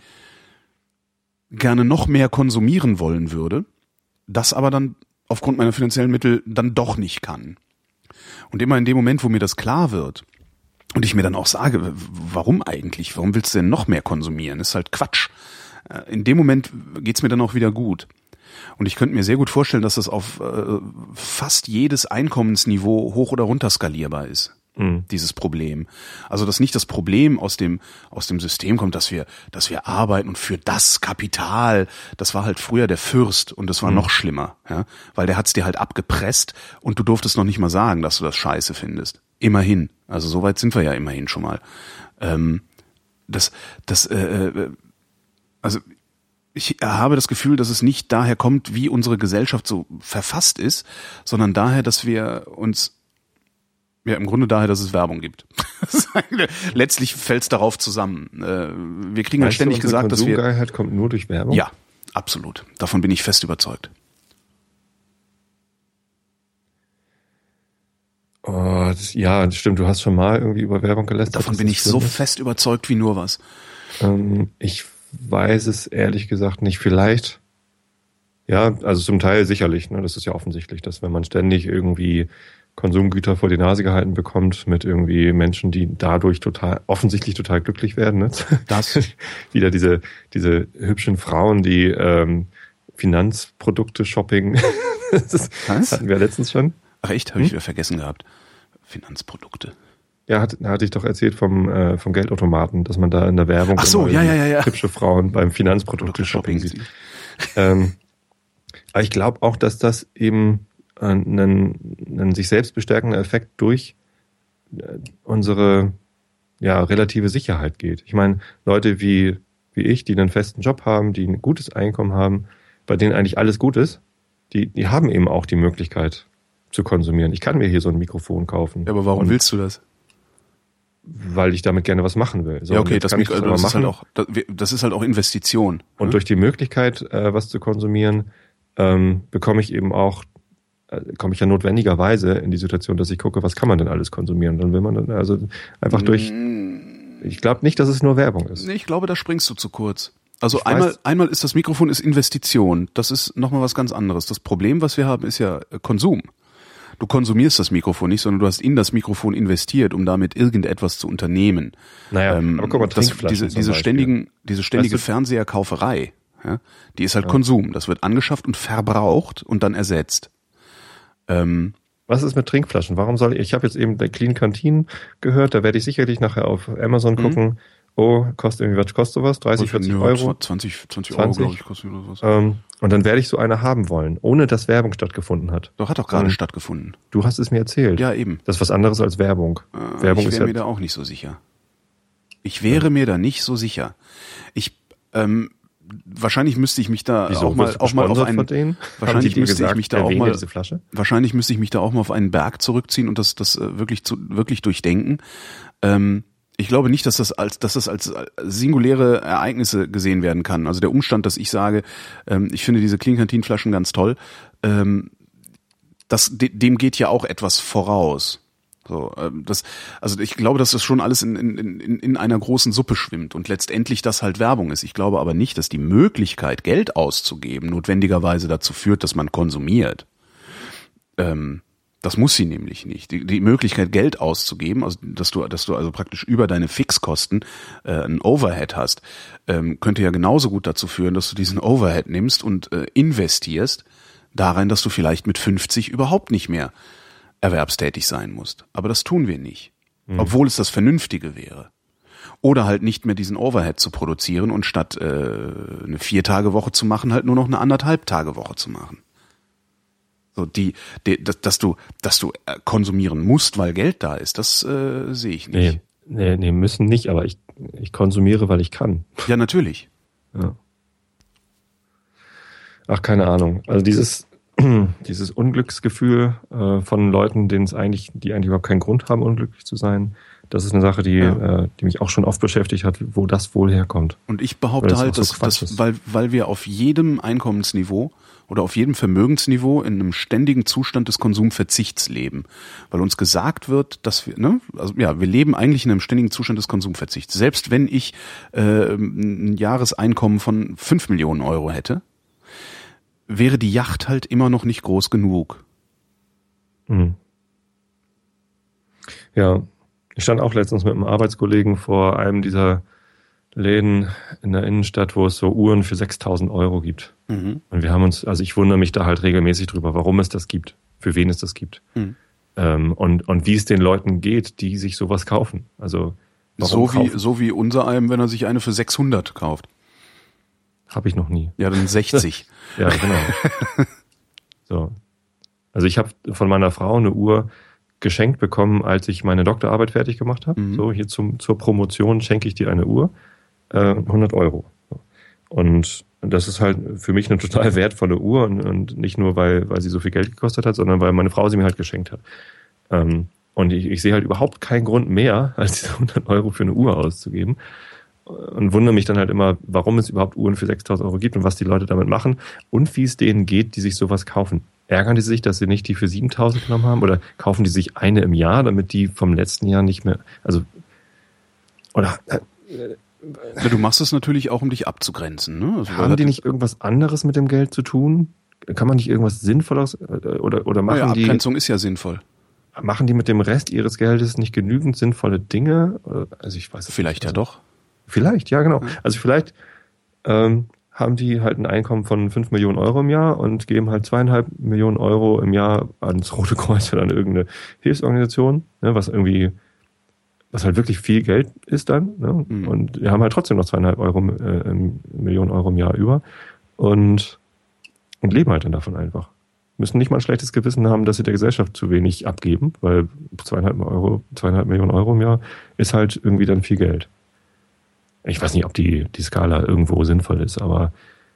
gerne noch mehr konsumieren wollen würde, das aber dann aufgrund meiner finanziellen Mittel dann doch nicht kann. Und immer in dem Moment, wo mir das klar wird und ich mir dann auch sage, warum eigentlich? Warum willst du denn noch mehr konsumieren? Das ist halt Quatsch. In dem Moment geht's mir dann auch wieder gut. Und ich könnte mir sehr gut vorstellen, dass das auf äh, fast jedes Einkommensniveau hoch oder runter skalierbar ist. Mhm. Dieses Problem. Also, dass nicht das Problem aus dem, aus dem System kommt, dass wir, dass wir arbeiten und für das Kapital, das war halt früher der Fürst und das war mhm. noch schlimmer, ja, weil der hat's dir halt abgepresst und du durftest noch nicht mal sagen, dass du das scheiße findest. Immerhin. Also, so weit sind wir ja immerhin schon mal. Ähm, das, das, äh, also, ich habe das Gefühl, dass es nicht daher kommt, wie unsere Gesellschaft so verfasst ist, sondern daher, dass wir uns Ja, im Grunde daher, dass es Werbung gibt. Letztlich fällt es darauf zusammen. Wir kriegen ja ständig gesagt, dass wir... Konsumgeilheit kommt nur durch Werbung? Ja, absolut. Davon bin ich fest überzeugt. Oh, das, ja, das stimmt. Du hast schon mal irgendwie über Werbung gelästert. Davon bin ich so ist. fest überzeugt wie nur was. Ähm, ich weiß es ehrlich gesagt nicht. Vielleicht... Ja, also zum Teil sicherlich. Ne? Das ist ja offensichtlich, dass wenn man ständig irgendwie Konsumgüter vor die Nase gehalten bekommt mit irgendwie Menschen, die dadurch total offensichtlich total glücklich werden. Ne? Das wieder diese diese hübschen Frauen, die ähm, Finanzprodukte Shopping. Das Was? Hatten wir letztens schon. Ach echt, habe hm? ich wieder vergessen gehabt. Finanzprodukte. Ja, hat, hatte ich doch erzählt vom äh, vom Geldautomaten, dass man da in der Werbung Ach so, ja, ja, ja, ja. hübsche Frauen beim Finanzprodukte Shopping sieht. ähm, aber ich glaube auch, dass das eben einen, einen sich selbst bestärkenden Effekt durch unsere ja relative Sicherheit geht. Ich meine, Leute wie wie ich, die einen festen Job haben, die ein gutes Einkommen haben, bei denen eigentlich alles gut ist, die, die haben eben auch die Möglichkeit zu konsumieren. Ich kann mir hier so ein Mikrofon kaufen. Ja, aber warum und willst du das? Weil ich damit gerne was machen will. So, ja, okay, das, kann ich das, das, ist halt auch, das ist halt auch Investition. Und ne? durch die Möglichkeit, äh, was zu konsumieren, ähm, bekomme ich eben auch, äh, komme ich ja notwendigerweise in die Situation, dass ich gucke, was kann man denn alles konsumieren. Dann will man dann also einfach mm. durch. Ich glaube nicht, dass es nur Werbung ist. Nee, ich glaube, da springst du zu kurz. Also ich einmal, weiß, einmal ist das Mikrofon ist Investition. Das ist nochmal was ganz anderes. Das Problem, was wir haben, ist ja Konsum. Du konsumierst das Mikrofon nicht, sondern du hast in das Mikrofon investiert, um damit irgendetwas zu unternehmen. Naja, ähm, aber guck mal, das, diese, diese ständigen, diese ständige weißt du, Fernseherkauferei, ja, die ist halt ja. Konsum. Das wird angeschafft und verbraucht und dann ersetzt. Ähm, Was ist mit Trinkflaschen? Warum soll ich, ich habe jetzt eben der Clean Canteen gehört, da werde ich sicherlich nachher auf Amazon gucken. Mhm. Oh, kostet irgendwie, was kostet sowas? dreißig, vierzig Euro? zwanzig, zwanzig Euro, glaube ich, kostet oder sowas. Ähm, und dann werde ich so eine haben wollen, ohne dass Werbung stattgefunden hat. Doch, hat doch gerade stattgefunden. Du hast es mir erzählt. Ja, eben. Das ist was anderes als Werbung. Äh, Werbung ich wäre ist mir da auch nicht so sicher. Ich wäre ja. mir da nicht so sicher. Ich, ähm, wahrscheinlich müsste ich mich da Wieso? auch mal, auch mal auf einen, wahrscheinlich müsste gesagt, ich mich da auch mal, diese Flasche? wahrscheinlich müsste ich mich da auch mal auf einen Berg zurückziehen und das, das äh, wirklich zu, wirklich durchdenken. Ähm, Ich glaube nicht, dass das als, dass das als singuläre Ereignisse gesehen werden kann. Also der Umstand, dass ich sage, ähm, ich finde diese Clean Canteen Flaschen ganz toll, ähm, das, dem geht ja auch etwas voraus. So, ähm, das, also ich glaube, dass das schon alles in, in, in, in einer großen Suppe schwimmt und letztendlich das halt Werbung ist. Ich glaube aber nicht, dass die Möglichkeit, Geld auszugeben, notwendigerweise dazu führt, dass man konsumiert. Ähm, Das muss sie nämlich nicht. Die, die Möglichkeit, Geld auszugeben, also dass du, dass du also praktisch über deine Fixkosten äh, ein Overhead hast, ähm, könnte ja genauso gut dazu führen, dass du diesen Overhead nimmst und äh, investierst darein, dass du vielleicht mit fünfzig überhaupt nicht mehr erwerbstätig sein musst. Aber das tun wir nicht, mhm. obwohl es das Vernünftige wäre. Oder halt nicht mehr diesen Overhead zu produzieren und statt äh, eine Vier-Tage-Woche zu machen, halt nur noch eine Anderthalb-Tage-Woche zu machen. So die, die dass, dass du, dass du konsumieren musst, weil Geld da ist, das äh, sehe ich nicht. Nee, nee, nee, müssen nicht, aber ich, ich konsumiere, weil ich kann. Ja, natürlich. Ja. Ach, keine Ahnung. Also dieses, dieses Unglücksgefühl äh, von Leuten, denen es eigentlich, die eigentlich überhaupt keinen Grund haben, unglücklich zu sein, das ist eine Sache, die, ja. äh, die mich auch schon oft beschäftigt hat, wo das wohl herkommt. Und ich behaupte das halt, dass, so dass weil, weil wir auf jedem Einkommensniveau oder auf jedem Vermögensniveau in einem ständigen Zustand des Konsumverzichts leben. Weil uns gesagt wird, dass wir, ne, also ja, wir leben eigentlich in einem ständigen Zustand des Konsumverzichts. Selbst wenn ich äh, ein Jahreseinkommen von fünf Millionen Euro hätte, wäre die Yacht halt immer noch nicht groß genug. Mhm. Ja, ich stand auch letztens mit einem Arbeitskollegen vor einem dieser Läden in der Innenstadt, wo es so Uhren für sechstausend Euro gibt. Mhm. Und wir haben uns, also ich wundere mich da halt regelmäßig drüber, warum es das gibt, für wen es das gibt. Mhm. Ähm, und, und wie es den Leuten geht, die sich sowas kaufen. Also so wie, so wie unser einem, wenn er sich eine für sechshundert kauft. Habe ich noch nie. Ja, dann sechzig. Ja, genau. So. Also ich habe von meiner Frau eine Uhr geschenkt bekommen, als ich meine Doktorarbeit fertig gemacht habe. Mhm. So, hier zum, zur Promotion schenke ich dir eine Uhr. Äh, hundert Euro. Und das ist halt für mich eine total wertvolle Uhr und, und nicht nur, weil, weil sie so viel Geld gekostet hat, sondern weil meine Frau sie mir halt geschenkt hat. Ähm, und ich, ich sehe halt überhaupt keinen Grund mehr, als diese hundert Euro für eine Uhr auszugeben. Und wundere mich dann halt immer, warum es überhaupt Uhren für sechstausend Euro gibt und was die Leute damit machen und wie es denen geht, die sich sowas kaufen. Ärgern die sich, dass sie nicht die für siebentausend genommen haben oder kaufen die sich eine im Jahr, damit die vom letzten Jahr nicht mehr, also, oder, äh, ja, du machst es natürlich auch, um dich abzugrenzen, ne? Also, haben die nicht irgendwas anderes mit dem Geld zu tun? Kann man nicht irgendwas Sinnvolles, oder, oder machen ja, die... Abgrenzung ist ja sinnvoll. Machen die mit dem Rest ihres Geldes nicht genügend sinnvolle Dinge? Also ich weiß es Vielleicht nicht. ja doch. Vielleicht, ja genau. Also vielleicht ähm, haben die halt ein Einkommen von fünf Millionen Euro im Jahr und geben halt zweieinhalb Millionen Euro im Jahr ans Rote Kreuz oder an irgendeine Hilfsorganisation, ne, was irgendwie, was halt wirklich viel Geld ist dann. Ne? Mhm. Und wir haben halt trotzdem noch zweieinhalb Euro, äh, Millionen Euro im Jahr über und, und leben halt dann davon einfach. Müssen nicht mal ein schlechtes Gewissen haben, dass sie der Gesellschaft zu wenig abgeben, weil zweieinhalb Euro, zweieinhalb Millionen Euro im Jahr ist halt irgendwie dann viel Geld. Ich weiß nicht, ob die, die Skala irgendwo sinnvoll ist, aber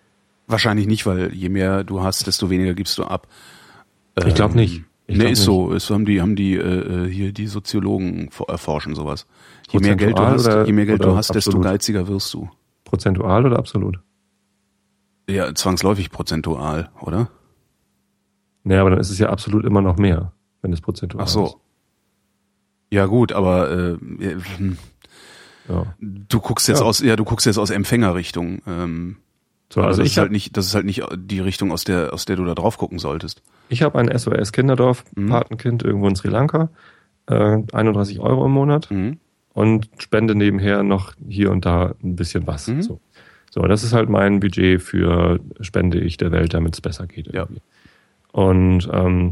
Wahrscheinlich nicht, weil je mehr du hast, desto weniger gibst du ab. Ich glaube nicht. Ich nee, glaub ist nicht. so. Ist, haben die, haben die äh, hier die Soziologen erforschen sowas. Je mehr Prozentual Geld du hast, oder- je mehr Geld oder du hast, desto absolut? geiziger wirst du. Prozentual oder absolut? Ja, zwangsläufig prozentual, oder? Naja, aber dann ist es ja absolut immer noch mehr, wenn es prozentual Ach ist. so. Ja gut, aber äh, hm, Ja. du guckst jetzt Ja. aus, ja, du guckst jetzt aus Empfängerrichtung. Ähm, So, aber also das ich ist halt habe nicht, das ist halt nicht die Richtung, aus der, aus der du da drauf gucken solltest. ich hab ein S O S Kinderdorf Mhm. Patenkind irgendwo in Sri Lanka, äh, einunddreißig Euro im Monat Mhm. und spende nebenher noch hier und da ein bisschen was. Mhm. So. so, das ist halt mein Budget für spende ich der Welt, damit es besser geht. Irgendwie. Und ähm,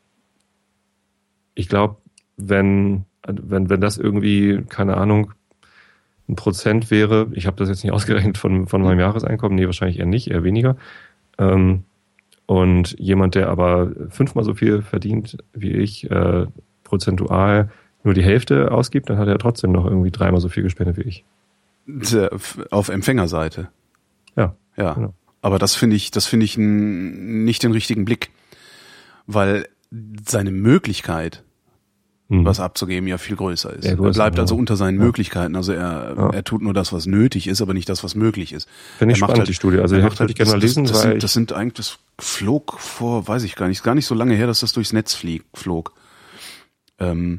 ich glaube, wenn, wenn, wenn das irgendwie, keine Ahnung, ein Prozent wäre, ich habe das jetzt nicht ausgerechnet von, von meinem Jahreseinkommen, nee, wahrscheinlich eher nicht, eher weniger. Ähm, und jemand, der aber fünfmal so viel verdient wie ich, äh, prozentual nur die Hälfte ausgibt, dann hat er trotzdem noch irgendwie dreimal so viel gespendet wie ich. Auf Empfängerseite. Ja. Ja. Genau. Aber das finde ich, das finde ich n- nicht den richtigen Blick. Weil seine Möglichkeit, Hm. was abzugeben, ja viel größer ist. Ja, Er größer, bleibt ja. also unter seinen Ja. Möglichkeiten. Also er, Ja. er tut nur das, was nötig ist, aber nicht das, was möglich ist. Finde ich Er macht spannend, halt- die Studie. Also er die macht hätte ich gerne mal das, lesen, das, das, weil sind, das sind eigentlich, das flog vor, weiß ich gar nicht, ist gar nicht so lange her, dass das durchs Netz flieg, flog. Ähm,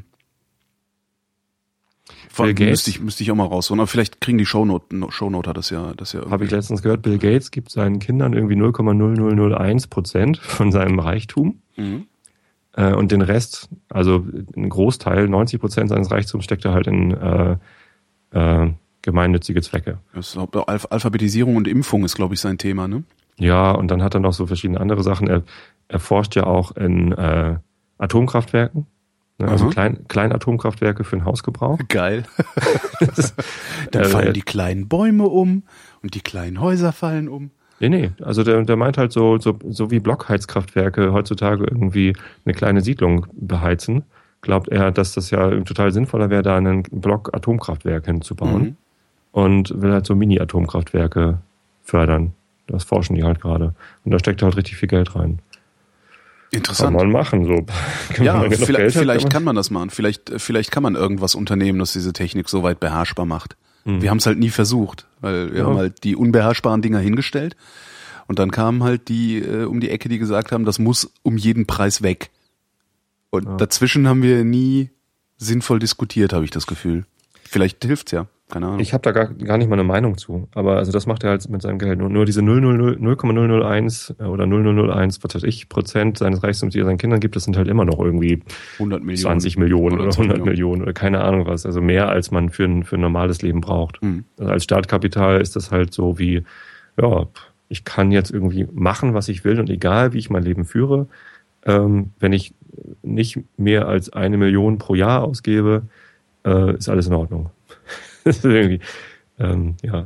Bill Gates? müsste ich, müsste ich auch mal rausholen. Aber vielleicht kriegen die Shownote, Shownoter das ja, das ja habe ich letztens gehört, Bill Gates gibt seinen Kindern irgendwie null Komma null null null eins Prozent von seinem Reichtum. Mhm. Äh, und den Rest, also ein Großteil, neunzig Prozent seines Reichtums steckt er halt in äh, äh, gemeinnützige Zwecke. Das ist, Alph- Alphabetisierung und Impfung ist, glaube ich, sein Thema, ne? Ja, und dann hat er noch so verschiedene andere Sachen. Er, er forscht ja auch in äh, Atomkraftwerken, ne? Also Aha. Klein, Kleinatomkraftwerke für den Hausgebrauch. Geil. Das, Dann äh, fallen die kleinen Bäume um und die kleinen Häuser fallen um. Nee, nee, also der, der meint halt so, so, so wie Blockheizkraftwerke heutzutage irgendwie eine kleine Siedlung beheizen, glaubt er, dass das ja total sinnvoller wäre, da einen Block-Atomkraftwerk hinzubauen Mhm. und will halt so Mini-Atomkraftwerke fördern. Das forschen die halt gerade. Und da steckt halt richtig viel Geld rein. Kann Interessant. man machen, so. Wenn Ja, man genug vielleicht, Geld hat, vielleicht kann kann man das machen. Vielleicht, vielleicht kann man irgendwas unternehmen, das diese Technik so weit beherrschbar macht. Mhm. Wir haben es halt nie versucht, weil wir Ja. haben halt die unbeherrschbaren Dinger hingestellt und dann kamen halt die äh, um die Ecke, die gesagt haben, das muss um jeden Preis weg. Und Ja. dazwischen haben wir nie sinnvoll diskutiert, habe ich das Gefühl. Vielleicht hilft's ja, keine Ahnung. Ich habe da gar, gar nicht mal eine Meinung zu. Aber also das macht er halt mit seinem Geld. Nur, nur diese null Komma null null eins oder null Komma null null eins, was weiß ich, Prozent seines Reichtums, die er seinen Kindern gibt, das sind halt immer noch irgendwie hundert Millionen. zwanzig Millionen oder, zehn hundert Millionen oder keine Ahnung was. Also mehr, als man für ein, für ein normales Leben braucht. Mhm. Also als Startkapital ist das halt so wie, ja, ich kann jetzt irgendwie machen, was ich will und egal, wie ich mein Leben führe, ähm, wenn ich nicht mehr als eine Million pro Jahr ausgebe, äh, ist alles in Ordnung. Das ist irgendwie, ähm, ja,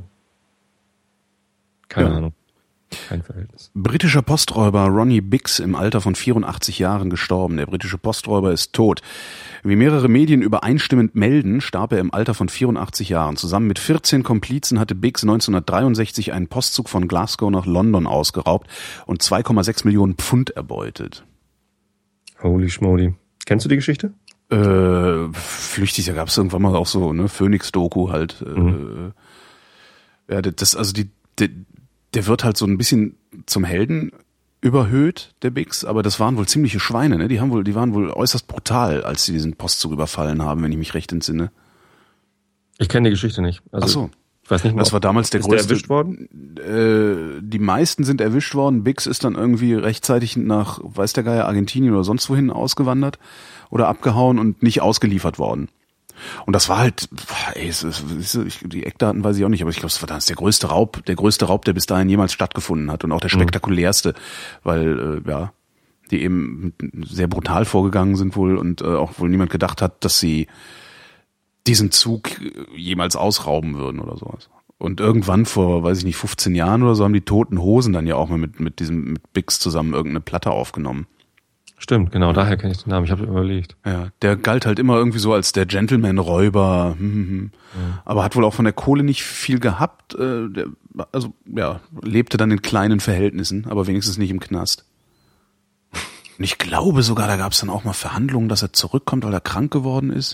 keine Ja. Ahnung, kein Verhältnis. Britischer Posträuber Ronnie Biggs im Alter von vierundachtzig Jahren gestorben. Der britische Posträuber ist tot. Wie mehrere Medien übereinstimmend melden, starb er im Alter von vierundachtzig Jahren. Zusammen mit vierzehn Komplizen hatte Biggs neunzehnhundertdreiundsechzig einen Postzug von Glasgow nach London ausgeraubt und zwei Komma sechs Millionen Pfund erbeutet. Holy schmoly. Kennst du die Geschichte? Äh, flüchtig, da gab es irgendwann mal auch so, ne, Phoenix-Doku halt. Mhm. Äh, ja, das, also die, der, der wird halt so ein bisschen zum Helden überhöht, der Biggs, aber das waren wohl ziemliche Schweine, ne? Die haben wohl, die waren wohl äußerst brutal, als sie diesen Postzug überfallen haben, wenn ich mich recht entsinne. Ich kenne die Geschichte nicht. Also, Ach so. Ich weiß nicht mehr, Das war damals der ist größte. der erwischt worden? Äh, die meisten sind erwischt worden. Biggs ist dann irgendwie rechtzeitig nach, weiß der Geier, Argentinien oder sonst wohin ausgewandert oder abgehauen und nicht ausgeliefert worden. Und das war halt, ey, es ist, es ist, ich, die Eckdaten weiß ich auch nicht, aber ich glaube, es war damals der größte Raub, der größte Raub, der bis dahin jemals stattgefunden hat und auch der spektakulärste, weil, äh, ja, die eben sehr brutal vorgegangen sind wohl und äh, auch wohl niemand gedacht hat, dass sie diesen Zug jemals ausrauben würden oder sowas. Und irgendwann vor, weiß ich nicht, fünfzehn Jahren oder so haben die Toten Hosen dann ja auch mal mit, mit diesem, mit Biggs zusammen irgendeine Platte aufgenommen. Stimmt, genau, daher kenne ich den Namen. Ich habe überlegt. Ja, der galt halt immer irgendwie so als der Gentleman-Räuber, hm, hm, hm. Ja. Aber hat wohl auch von der Kohle nicht viel gehabt. Äh, der, also ja, lebte dann in kleinen Verhältnissen, aber wenigstens nicht im Knast. Und ich glaube sogar, da gab es dann auch mal Verhandlungen, dass er zurückkommt, weil er krank geworden ist.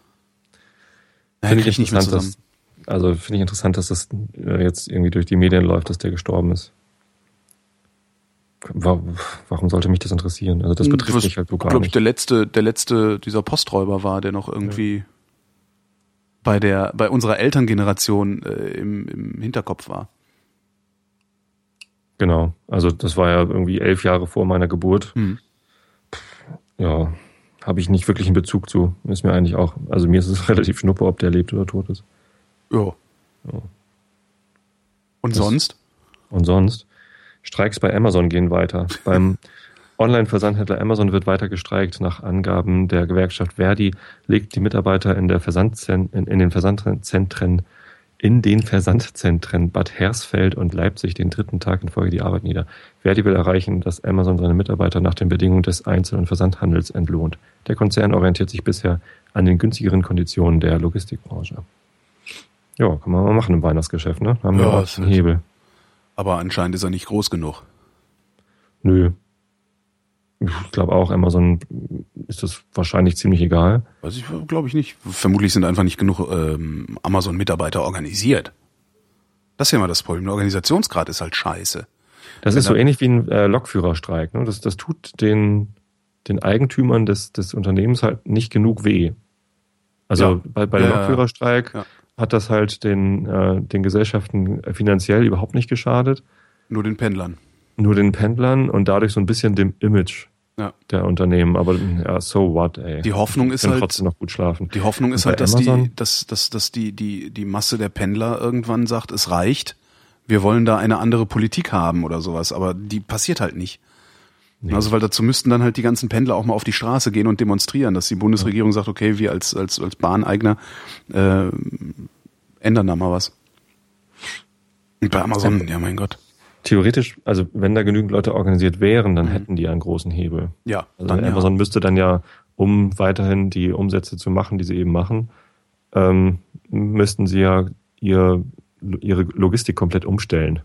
Finde ich nicht mehr zusammen. Dass, also finde ich interessant, dass das jetzt irgendwie durch die Medien läuft, dass der gestorben ist. Warum sollte mich das interessieren? Also das betrifft mich halt so gar glaub nicht. Ich, der letzte, der letzte dieser Posträuber war, der noch irgendwie ja. bei der, bei unserer Elterngeneration äh, im, im Hinterkopf war. Genau. Also das war ja irgendwie elf Jahre vor meiner Geburt. Hm. Ja, habe ich nicht wirklich einen Bezug zu. Ist mir eigentlich auch, also mir ist es relativ schnuppe, ob der lebt oder tot ist. Ja. ja. Und das, sonst? Und sonst? Streiks bei Amazon gehen weiter. Beim Online-Versandhändler Amazon wird weiter gestreikt. Nach Angaben der Gewerkschaft Verdi legt die Mitarbeiter in, der Versandzent- in, in den Versandzentren in den Versandzentren Bad Hersfeld und Leipzig den dritten Tag in Folge die Arbeit nieder. Verdi will erreichen, dass Amazon seine Mitarbeiter nach den Bedingungen des Einzel- und Versandhandels entlohnt. Der Konzern orientiert sich bisher an den günstigeren Konditionen der Logistikbranche. Ja, kann man mal machen im Weihnachtsgeschäft, ne? Haben wir ja, auch einen Hebel. Aber anscheinend ist er nicht groß genug. Nö. Ich glaube auch, Amazon ist das wahrscheinlich ziemlich egal. Weiß ich, glaube ich nicht. Vermutlich sind einfach nicht genug ähm, Amazon-Mitarbeiter organisiert. Das ist ja mal das Problem. Der Organisationsgrad ist halt scheiße. Das Wenn ist so ähnlich wie ein äh, Lokführerstreik. Ne? Das, das tut den, den Eigentümern des, des Unternehmens halt nicht genug weh. Also ja. bei, bei dem ja, Lokführerstreik ja. hat das halt den, äh, den Gesellschaften finanziell überhaupt nicht geschadet. Nur den Pendlern. Nur den Pendlern und dadurch so ein bisschen dem Image ja. der Unternehmen. Aber ja, so what, ey. Die Hoffnung ist halt trotzdem noch gut schlafen. Die Hoffnung ist halt, dass die, dass, dass, dass die, die, die Masse der Pendler irgendwann sagt, es reicht. Wir wollen da eine andere Politik haben oder sowas. Aber die passiert halt nicht. Nee. Also, weil dazu müssten dann halt die ganzen Pendler auch mal auf die Straße gehen und demonstrieren, dass die Bundesregierung ja. sagt, okay, wir als, als, als Bahneigner, äh, ändern da mal was. Und bei Amazon, ja mein Gott. Theoretisch, also wenn da genügend Leute organisiert wären, dann mhm. hätten die einen großen Hebel. Ja. Also dann Amazon ja. müsste dann ja, um weiterhin die Umsätze zu machen, die sie eben machen, ähm, müssten sie ja ihr, ihre Logistik komplett umstellen.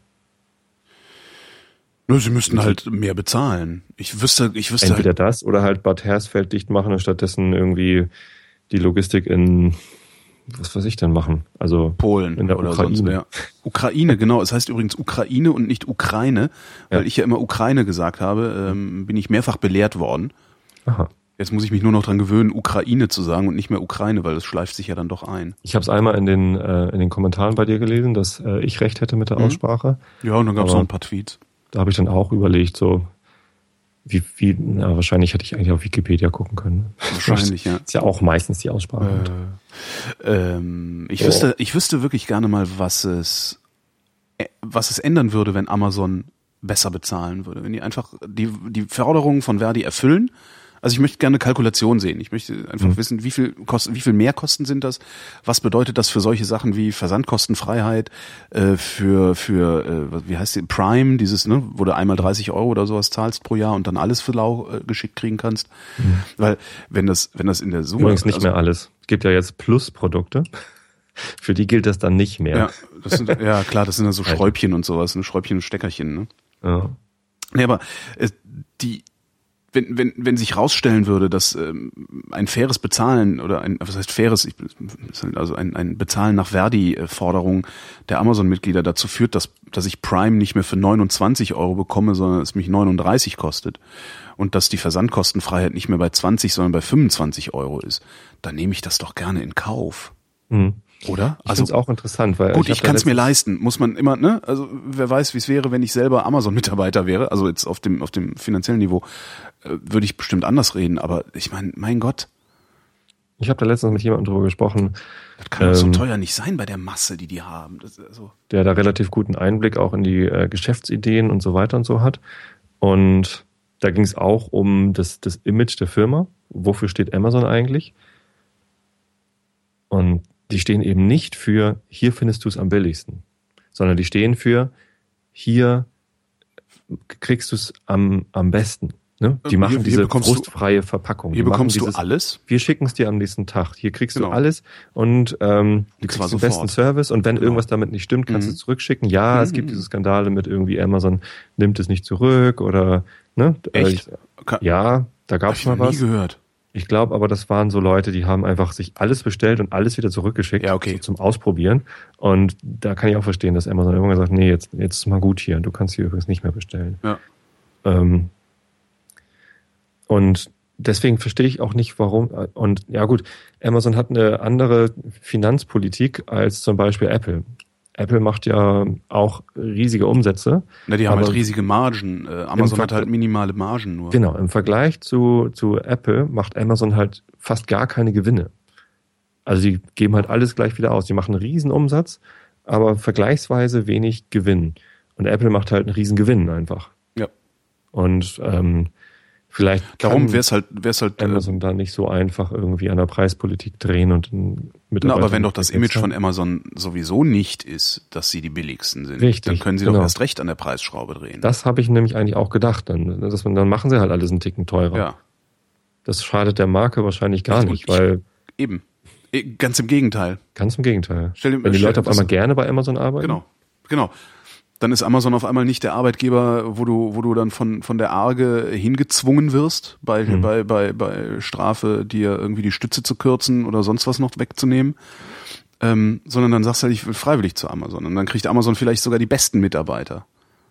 Nur sie müssten halt mehr bezahlen. Ich wüsste, ich wüsste Entweder halt das oder halt Bad Hersfeld dicht machen und stattdessen irgendwie die Logistik in was weiß ich denn machen? Also Polen in der oder Ukraine. Sonst, ja. Ukraine, genau. Es heißt übrigens Ukraine und nicht Ukraine, weil ja. ich ja immer Ukraine gesagt habe, ähm, bin ich mehrfach belehrt worden. Aha. Jetzt muss ich mich nur noch dran gewöhnen, Ukraine zu sagen und nicht mehr Ukraine, weil das schleift sich ja dann doch ein. Ich habe es einmal in den äh, in den Kommentaren bei dir gelesen, dass äh, ich recht hätte mit der mhm. Aussprache. Ja, und dann gab es noch ein paar Tweets. Da habe ich dann auch überlegt, so wie, wie, na, wahrscheinlich hätte ich eigentlich auf Wikipedia gucken können. Wahrscheinlich, ja. Ist ja auch meistens die Aussprache. Äh, ähm, ich Oh. wüsste, ich wüsste wirklich gerne mal, was es, äh, was es ändern würde, wenn Amazon besser bezahlen würde. Wenn die einfach die, die Forderungen von Verdi erfüllen. Also ich möchte gerne eine Kalkulation sehen. Ich möchte einfach Mhm. wissen, wie viel Kosten, wie viel Mehrkosten sind das? Was bedeutet das für solche Sachen wie Versandkostenfreiheit, äh, für, für, äh, wie heißt die, Prime, dieses, ne, wo du einmal dreißig Euro oder sowas zahlst pro Jahr und dann alles für lau äh, geschickt kriegen kannst. Mhm. Weil, wenn das, wenn das in der Summe. Übrigens nicht also, mehr alles. Es gibt ja jetzt Plus-Produkte. Für die gilt das dann nicht mehr. Ja, das sind, ja klar, das sind dann so Schräubchen und sowas, ne, Schräubchen und Steckerchen, ne. Ja. Nee, aber äh, die, wenn, wenn, wenn sich rausstellen würde, dass ähm, ein faires Bezahlen oder ein, was heißt faires, ich, also ein, ein Bezahlen nach Verdi-Forderung der Amazon-Mitglieder dazu führt, dass, dass ich Prime nicht mehr für neunundzwanzig Euro bekomme, sondern es mich neununddreißig kostet und dass die Versandkostenfreiheit nicht mehr bei zwanzig, sondern bei fünfundzwanzig Euro ist, dann nehme ich das doch gerne in Kauf. Mhm. Oder? Ich also, finde es auch interessant, weil gut, ich, ich kann es mir leisten, muss man immer, ne? Also wer weiß, wie es wäre, wenn ich selber Amazon-Mitarbeiter wäre, also jetzt auf dem auf dem finanziellen Niveau, äh, würde ich bestimmt anders reden, aber ich meine, mein Gott. Ich habe da letztens mit jemandem drüber gesprochen. Das kann doch ähm, so teuer nicht sein bei der Masse, die die haben. Das, also. Der da relativ guten Einblick auch in die äh, Geschäftsideen und so weiter und so hat. Und da ging es auch um das, das Image der Firma. Wofür steht Amazon eigentlich? Und die stehen eben nicht für, hier findest du es am billigsten, sondern die stehen für, hier kriegst du es am, am besten. Ne? Die machen hier, hier diese bekommst frustfreie Verpackung. Hier die bekommst dieses, du alles. Wir schicken es dir am nächsten Tag. Hier kriegst Genau. du alles und ähm, du Und zwar kriegst den sofort. besten Service und wenn Genau. irgendwas damit nicht stimmt, kannst Mhm. du es zurückschicken. Ja, Mhm. es gibt diese Skandale mit irgendwie Amazon nimmt es nicht zurück oder ne? Echt? Äh, ja, da gab Hab es ich mal noch nie was. gehört. Ich glaube aber, das waren so Leute, die haben einfach sich alles bestellt und alles wieder zurückgeschickt Ja, okay. so zum Ausprobieren. Und da kann ich auch verstehen, dass Amazon irgendwann sagt, nee, jetzt, jetzt ist mal gut hier. Du kannst hier übrigens nicht mehr bestellen. Ja. Ähm, und deswegen verstehe ich auch nicht, warum. Und ja gut, Amazon hat eine andere Finanzpolitik als zum Beispiel Apple. Apple macht ja auch riesige Umsätze. Na, die haben aber halt riesige Margen. Äh, Amazon Ver- hat halt minimale Margen nur. Genau, im Vergleich zu, zu Apple macht Amazon halt fast gar keine Gewinne. Also die geben halt alles gleich wieder aus. Die machen einen riesen Umsatz, aber vergleichsweise wenig Gewinn. Und Apple macht halt einen riesen Gewinn einfach. Ja. Und ähm, vielleicht Darum wäre es halt, wär's halt äh, Amazon da nicht so einfach irgendwie an der Preispolitik drehen und mit. Na, aber wenn doch das Image von Amazon sowieso nicht ist, dass sie die billigsten sind, Richtig, dann können sie genau. doch erst recht an der Preisschraube drehen. Das habe ich nämlich eigentlich auch gedacht, dann, dass man, dann machen sie halt alles einen Ticken teurer. Ja. Das schadet der Marke wahrscheinlich gar Und nicht, ich- weil Eben. Eh, Ganz im Gegenteil. ganz im Gegenteil. Stell dir- Wenn die stell- Leute auf das- einmal gerne bei Amazon arbeiten, Genau. Genau. Dann ist Amazon auf einmal nicht der Arbeitgeber, wo du, wo du dann von, von der Arge hingezwungen wirst, bei, Mhm. bei, bei, bei Strafe, dir irgendwie die Stütze zu kürzen oder sonst was noch wegzunehmen. Ähm, sondern dann sagst du halt, ich will freiwillig zu Amazon. Und dann kriegt Amazon vielleicht sogar die besten Mitarbeiter.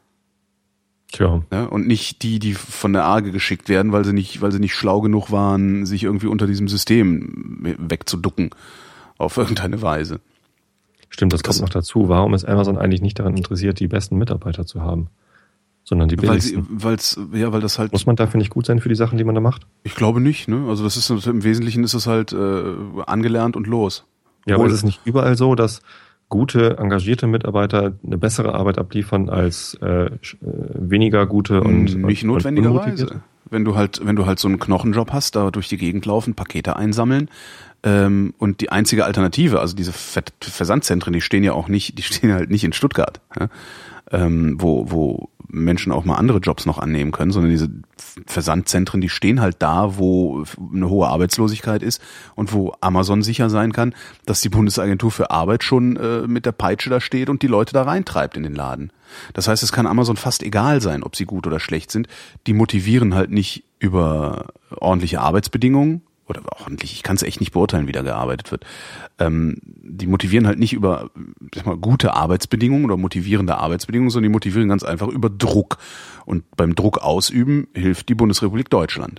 tja, Ne? Und nicht die, die von der Arge geschickt werden, weil sie nicht, weil sie nicht schlau genug waren, sich irgendwie unter diesem System wegzuducken. Auf irgendeine Weise. stimmt, das Das- kommt noch dazu. Warum ist Amazon eigentlich nicht daran interessiert, die besten Mitarbeiter zu haben, sondern die Weil sie, billigsten? weil's, ja, weil das halt, Muss man dafür nicht gut sein für die Sachen, die man da macht? ich glaube nicht, ne? Also das ist, im Wesentlichen ist es halt, äh, angelernt und los. Ja, aber Obwohl- ist es nicht überall so, dass gute, engagierte Mitarbeiter eine bessere Arbeit abliefern als äh, sch- äh, weniger gute und nicht und, und notwendigerweise. unmotivierte? Wenn du halt, wenn du halt so einen Knochenjob hast, da durch die Gegend laufen, Pakete einsammeln, ähm, und die einzige Alternative, also diese Ver- Versandzentren, die stehen ja auch nicht, die stehen halt nicht in Stuttgart, ja? ähm, wo, wo Menschen auch mal andere Jobs noch annehmen können, sondern diese Versandzentren, die stehen halt da, wo eine hohe Arbeitslosigkeit ist und wo Amazon sicher sein kann, dass die Bundesagentur für Arbeit schon äh, mit der Peitsche da steht und die Leute da reintreibt in den Laden. Das heißt, es kann Amazon fast egal sein, ob sie gut oder schlecht sind. Die motivieren halt nicht über ordentliche Arbeitsbedingungen, oder ordentlich, ich kann es echt nicht beurteilen, wie da gearbeitet wird. Ähm, die motivieren halt nicht über sag mal, gute Arbeitsbedingungen oder motivierende Arbeitsbedingungen, sondern die motivieren ganz einfach über Druck. Und beim Druck ausüben hilft die Bundesrepublik Deutschland.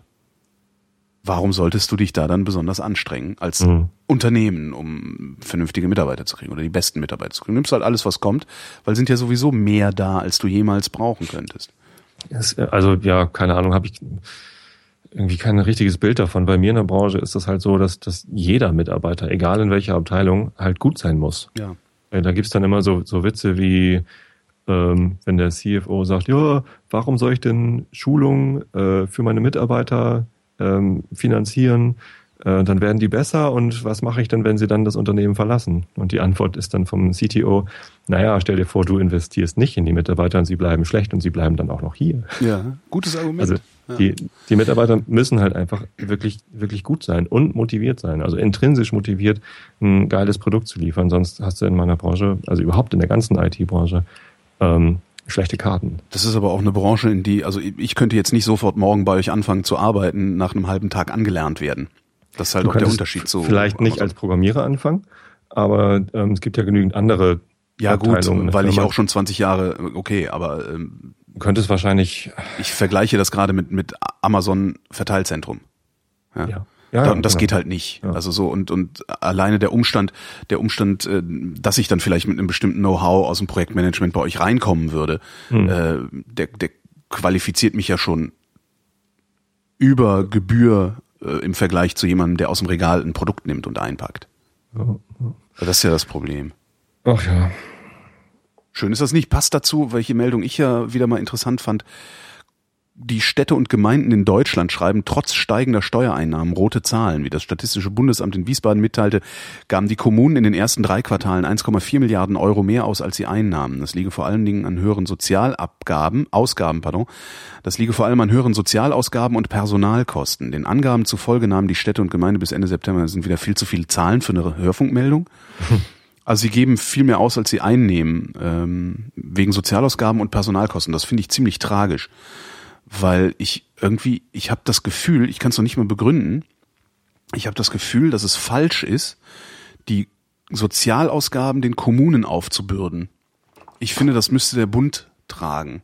Warum solltest du dich da dann besonders anstrengen als Mhm. Unternehmen, um vernünftige Mitarbeiter zu kriegen oder die besten Mitarbeiter zu kriegen? Du nimmst halt alles, was kommt, weil sind ja sowieso mehr da, als du jemals brauchen könntest. Es, also ja, keine Ahnung, habe ich irgendwie kein richtiges Bild davon. Bei mir in der Branche ist das halt so, dass, dass jeder Mitarbeiter, egal in welcher Abteilung, halt gut sein muss. Ja. Äh, Da gibt's dann immer so, so Witze wie, ähm, wenn der C F O sagt, ja, warum soll ich denn Schulungen äh, für meine Mitarbeiter ähm, finanzieren? Äh, dann werden die besser und was mache ich denn, wenn sie dann das Unternehmen verlassen? Und die Antwort ist dann vom C T O, naja, stell dir vor, du investierst nicht in die Mitarbeiter und sie bleiben schlecht und sie bleiben dann auch noch hier. Ja, gutes Argument. Also ja. die, die Mitarbeiter müssen halt einfach wirklich, wirklich gut sein und motiviert sein. Also intrinsisch motiviert, ein geiles Produkt zu liefern. Sonst hast du in meiner Branche, also überhaupt in der ganzen I T-Branche, ähm, schlechte Karten. Das ist aber auch eine Branche, in die, also ich könnte jetzt nicht sofort morgen bei euch anfangen zu arbeiten, nach einem halben Tag angelernt werden. Das ist halt Du auch der könntest Unterschied zu. Vielleicht nicht als Programmierer anfangen, aber ähm, es gibt ja genügend andere Ja gut, Abteilungen in der weil ich Firma. auch schon zwanzig Jahre, okay, aber ähm, Du könntest wahrscheinlich, ich vergleiche das gerade mit mit Amazon Verteilzentrum. Ja. ja. Da- ja und das genau. geht halt nicht. Ja. Also so und und alleine der Umstand, der Umstand, äh, dass ich dann vielleicht mit einem bestimmten Know-how aus dem Projektmanagement bei euch reinkommen würde, Hm. äh, der der qualifiziert mich ja schon über Gebühr äh, im Vergleich zu jemandem, der aus dem Regal ein Produkt nimmt und einpackt. Ja, ja. Das ist ja das Problem. Ach ja. Schön ist das nicht. Passt dazu, welche Meldung ich ja wieder mal interessant fand. die Städte und Gemeinden in Deutschland schreiben trotz steigender Steuereinnahmen rote Zahlen. Wie das Statistische Bundesamt in Wiesbaden mitteilte, gaben die Kommunen in den ersten drei Quartalen eins Komma vier Milliarden Euro mehr aus, als sie einnahmen. Das liege vor allen Dingen an höheren Sozialabgaben, Ausgaben, pardon. Das liege vor allem an höheren Sozialausgaben und Personalkosten. Den Angaben zufolge nahmen die Städte und Gemeinden bis Ende September, das sind wieder viel zu viele Zahlen für eine Hörfunkmeldung. Also sie geben viel mehr aus, als sie einnehmen, ähm, wegen Sozialausgaben und Personalkosten. Das finde ich ziemlich tragisch. Weil ich irgendwie, ich habe das Gefühl, ich kann es noch nicht mal begründen, ich habe das Gefühl, dass es falsch ist, die Sozialausgaben den Kommunen aufzubürden. Ich finde, das müsste der Bund tragen.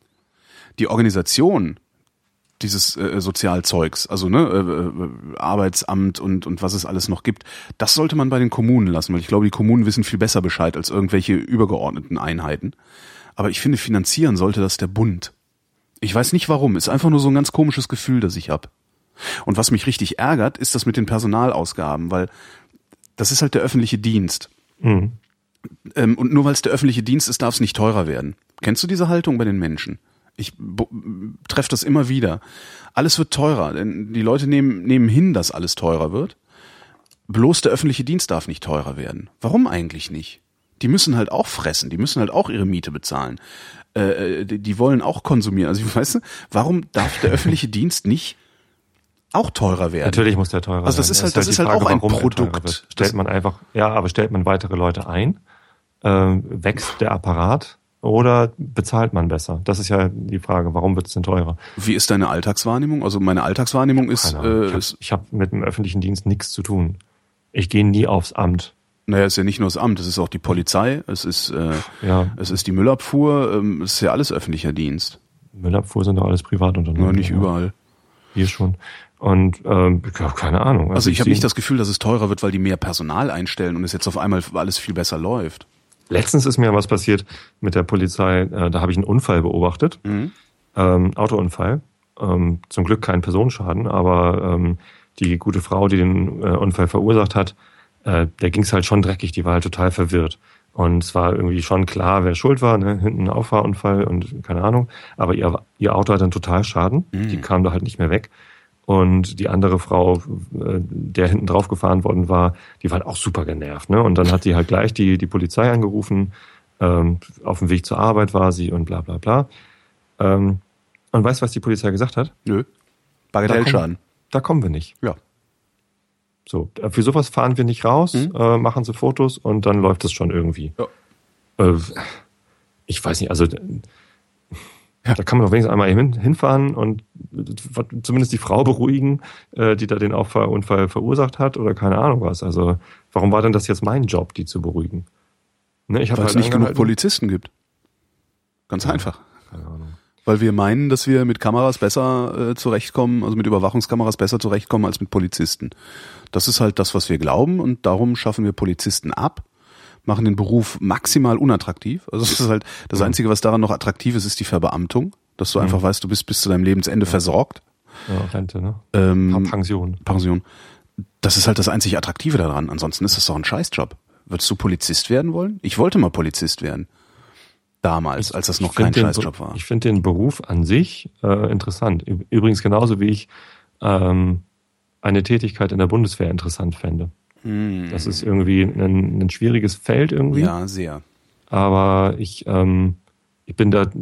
Die Organisation dieses äh, Sozialzeugs, also ne, äh, Arbeitsamt und und was es alles noch gibt, das sollte man bei den Kommunen lassen, weil ich glaube, die Kommunen wissen viel besser Bescheid als irgendwelche übergeordneten Einheiten. Aber ich finde, finanzieren sollte das der Bund. Ich weiß nicht warum, ist einfach nur so ein ganz komisches Gefühl, das ich habe. Und was mich richtig ärgert, ist das mit den Personalausgaben, weil das ist halt der öffentliche Dienst. Mhm. Ähm, und nur weil es der öffentliche Dienst ist, darf es nicht teurer werden. Kennst du diese Haltung bei den Menschen? Ich treffe das immer wieder. Alles wird teurer, denn die Leute nehmen, nehmen hin, dass alles teurer wird. Bloß der öffentliche Dienst darf nicht teurer werden. Warum eigentlich nicht? Die müssen halt auch fressen, die müssen halt auch ihre Miete bezahlen. Äh, die, die wollen auch konsumieren. Also weißt du, warum darf der öffentliche Dienst nicht auch teurer werden? Natürlich muss der teurer werden. Also das ist halt, das ist halt auch ein Produkt. Stellt man einfach, ja, aber stellt man weitere Leute ein? Äh, wächst der Apparat? Oder bezahlt man besser? Das ist ja die Frage, warum wird es denn teurer? Wie ist deine Alltagswahrnehmung? Also meine Alltagswahrnehmung ist... Äh, ich habe hab mit dem öffentlichen Dienst nichts zu tun. Ich gehe nie aufs Amt. Naja, es ist ja nicht nur das Amt, es ist auch die Polizei, es ist äh, ja. es ist die Müllabfuhr, ähm, es ist ja alles öffentlicher Dienst. Müllabfuhr sind doch alles Privatunternehmen. Ja, nicht überall. Hier schon. Und ähm, keine Ahnung. Also, also ich, ich habe nicht das Gefühl, dass es teurer wird, weil die mehr Personal einstellen und es jetzt auf einmal alles viel besser läuft. Letztens ist mir was passiert mit der Polizei, äh, da habe ich einen Unfall beobachtet, mhm. ähm, Autounfall. Ähm, zum Glück kein Personenschaden, aber ähm, die gute Frau, die den äh, Unfall verursacht hat, äh, der ging's halt schon dreckig, die war halt total verwirrt. Und es war irgendwie schon klar, wer schuld war, ne? Hinten ein Auffahrunfall und keine Ahnung. Aber ihr, ihr Auto hat dann total Schaden, mhm. die kam da halt nicht mehr weg. Und die andere Frau, der hinten drauf gefahren worden war, die war halt auch super genervt. Ne? Und dann hat sie halt gleich die, die Polizei angerufen, ähm, auf dem Weg zur Arbeit war sie und bla bla bla. Ähm, und weißt du, was die Polizei gesagt hat? Nö. Bagatellschaden. Da, da kommen wir nicht. Ja. So, für sowas fahren wir nicht raus, mhm. äh, machen sie Fotos und dann läuft es schon irgendwie. Ja. Äh, ich weiß nicht, also... Ja. Da kann man doch wenigstens einmal hin, hinfahren und zumindest die Frau beruhigen, äh, die da den Unfall verursacht hat oder keine Ahnung was. Also warum war denn das jetzt mein Job, die zu beruhigen? Ne, ich Weil halt es nicht genug Polizisten gibt. Ganz ja, einfach. Keine Ahnung. Weil wir meinen, dass wir mit Kameras besser äh, zurechtkommen, also mit Überwachungskameras besser zurechtkommen als mit Polizisten. Das ist halt das, was wir glauben und darum schaffen wir Polizisten ab. Machen den Beruf maximal unattraktiv. Also es ist halt das Einzige, was daran noch attraktiv ist, ist die Verbeamtung. Dass du mhm. einfach weißt, du bist bis zu deinem Lebensende ja. versorgt. Ja, Rente, ne? Ähm, Pension. Pension. Das ist halt das einzig Attraktive daran. Ansonsten ist das doch ein Scheißjob. Würdest du Polizist werden wollen? Ich wollte mal Polizist werden. Damals, als das noch kein Scheißjob war. Ich finde den Beruf an sich äh, interessant. Übrigens genauso wie ich ähm, eine Tätigkeit in der Bundeswehr interessant fände. Das ist irgendwie ein, ein schwieriges Feld irgendwie. Ja, sehr. Aber ich, ähm, ich bin da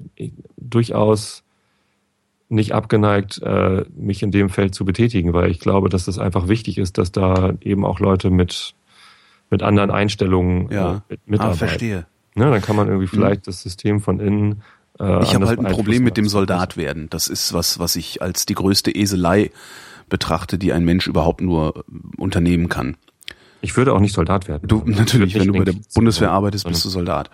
durchaus nicht abgeneigt, äh, mich in dem Feld zu betätigen, weil ich glaube, dass das einfach wichtig ist, dass da eben auch Leute mit, mit anderen Einstellungen ja. äh, mitarbeiten. Ah, verstehe. Ne, dann kann man irgendwie vielleicht mhm. das System von innen äh, Ich habe halt ein Problem mit dem Soldat werden. Das ist was, was ich als die größte Eselei betrachte, die ein Mensch überhaupt nur unternehmen kann. Ich würde auch nicht Soldat werden. Du natürlich, wenn du bei der Bundeswehr arbeitest, bist du Soldat.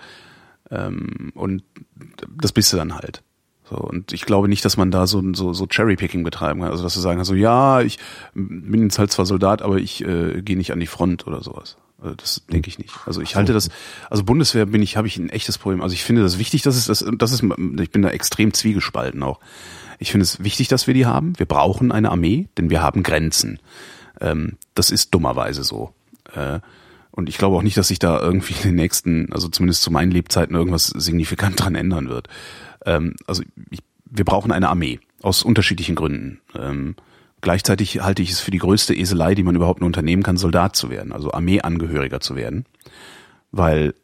Ähm, und das bist du dann halt. So, und ich glaube nicht, dass man da so so, so Cherrypicking betreiben kann. Also dass du sagen kannst, so ja, ich bin jetzt halt zwar Soldat, aber ich äh, gehe nicht an die Front oder sowas. Also das denke ich nicht. Also ich halte das, also Bundeswehr bin ich, habe ich ein echtes Problem. Also ich finde das wichtig, dass es das, das ist, ich bin da extrem zwiegespalten auch. Ich finde es wichtig, dass wir die haben. Wir brauchen eine Armee, denn wir haben Grenzen. Ähm, das ist dummerweise so. Äh, und ich glaube auch nicht, dass sich da irgendwie in den nächsten, also zumindest zu meinen Lebzeiten, irgendwas signifikant dran ändern wird. Ähm, also ich wir brauchen eine Armee aus unterschiedlichen Gründen. Ähm, gleichzeitig halte ich es für die größte Eselei, die man überhaupt nur unternehmen kann, Soldat zu werden, also Armeeangehöriger zu werden, weil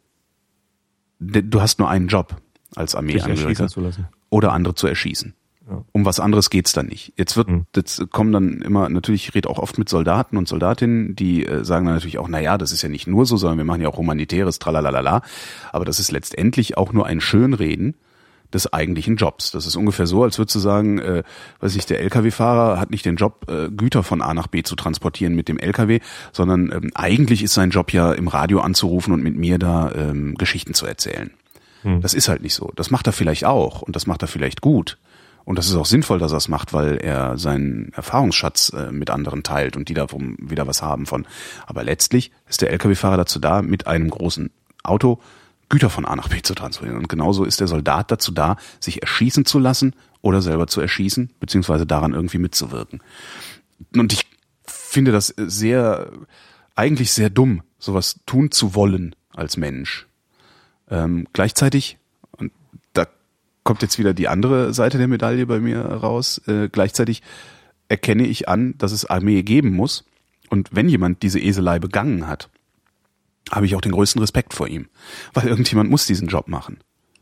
du hast nur einen Job als Armeeangehöriger oder andere zu erschießen. Ja. Um was anderes geht's dann nicht. Jetzt wird, hm. jetzt kommen dann immer, natürlich, ich rede auch oft mit Soldaten und Soldatinnen, die äh, sagen dann natürlich auch, na ja, das ist ja nicht nur so, sondern wir machen ja auch humanitäres, tralalala. Aber das ist letztendlich auch nur ein Schönreden des eigentlichen Jobs. Das ist ungefähr so, als würdest du sagen, äh, weiß ich, der L K W-Fahrer hat nicht den Job, äh, Güter von A nach B zu transportieren mit dem L K W, sondern ähm, eigentlich ist sein Job ja, im Radio anzurufen und mit mir da ähm, Geschichten zu erzählen. Hm. Das ist halt nicht so. Das macht er vielleicht auch und das macht er vielleicht gut. Und das ist auch sinnvoll, dass er es macht, weil er seinen Erfahrungsschatz äh, mit anderen teilt und die davon wieder was haben von. Aber letztlich ist der L K W-Fahrer dazu da, mit einem großen Auto Güter von A nach B zu transportieren. Und genauso ist der Soldat dazu da, sich erschießen zu lassen oder selber zu erschießen, beziehungsweise daran irgendwie mitzuwirken. Und ich finde das sehr, eigentlich sehr dumm, sowas tun zu wollen als Mensch. Ähm, gleichzeitig, und da kommt jetzt wieder die andere Seite der Medaille bei mir raus, äh, gleichzeitig erkenne ich an, dass es Armee geben muss. Und wenn jemand diese Eselei begangen hat, habe ich auch den größten Respekt vor ihm. Weil irgendjemand muss diesen Job machen.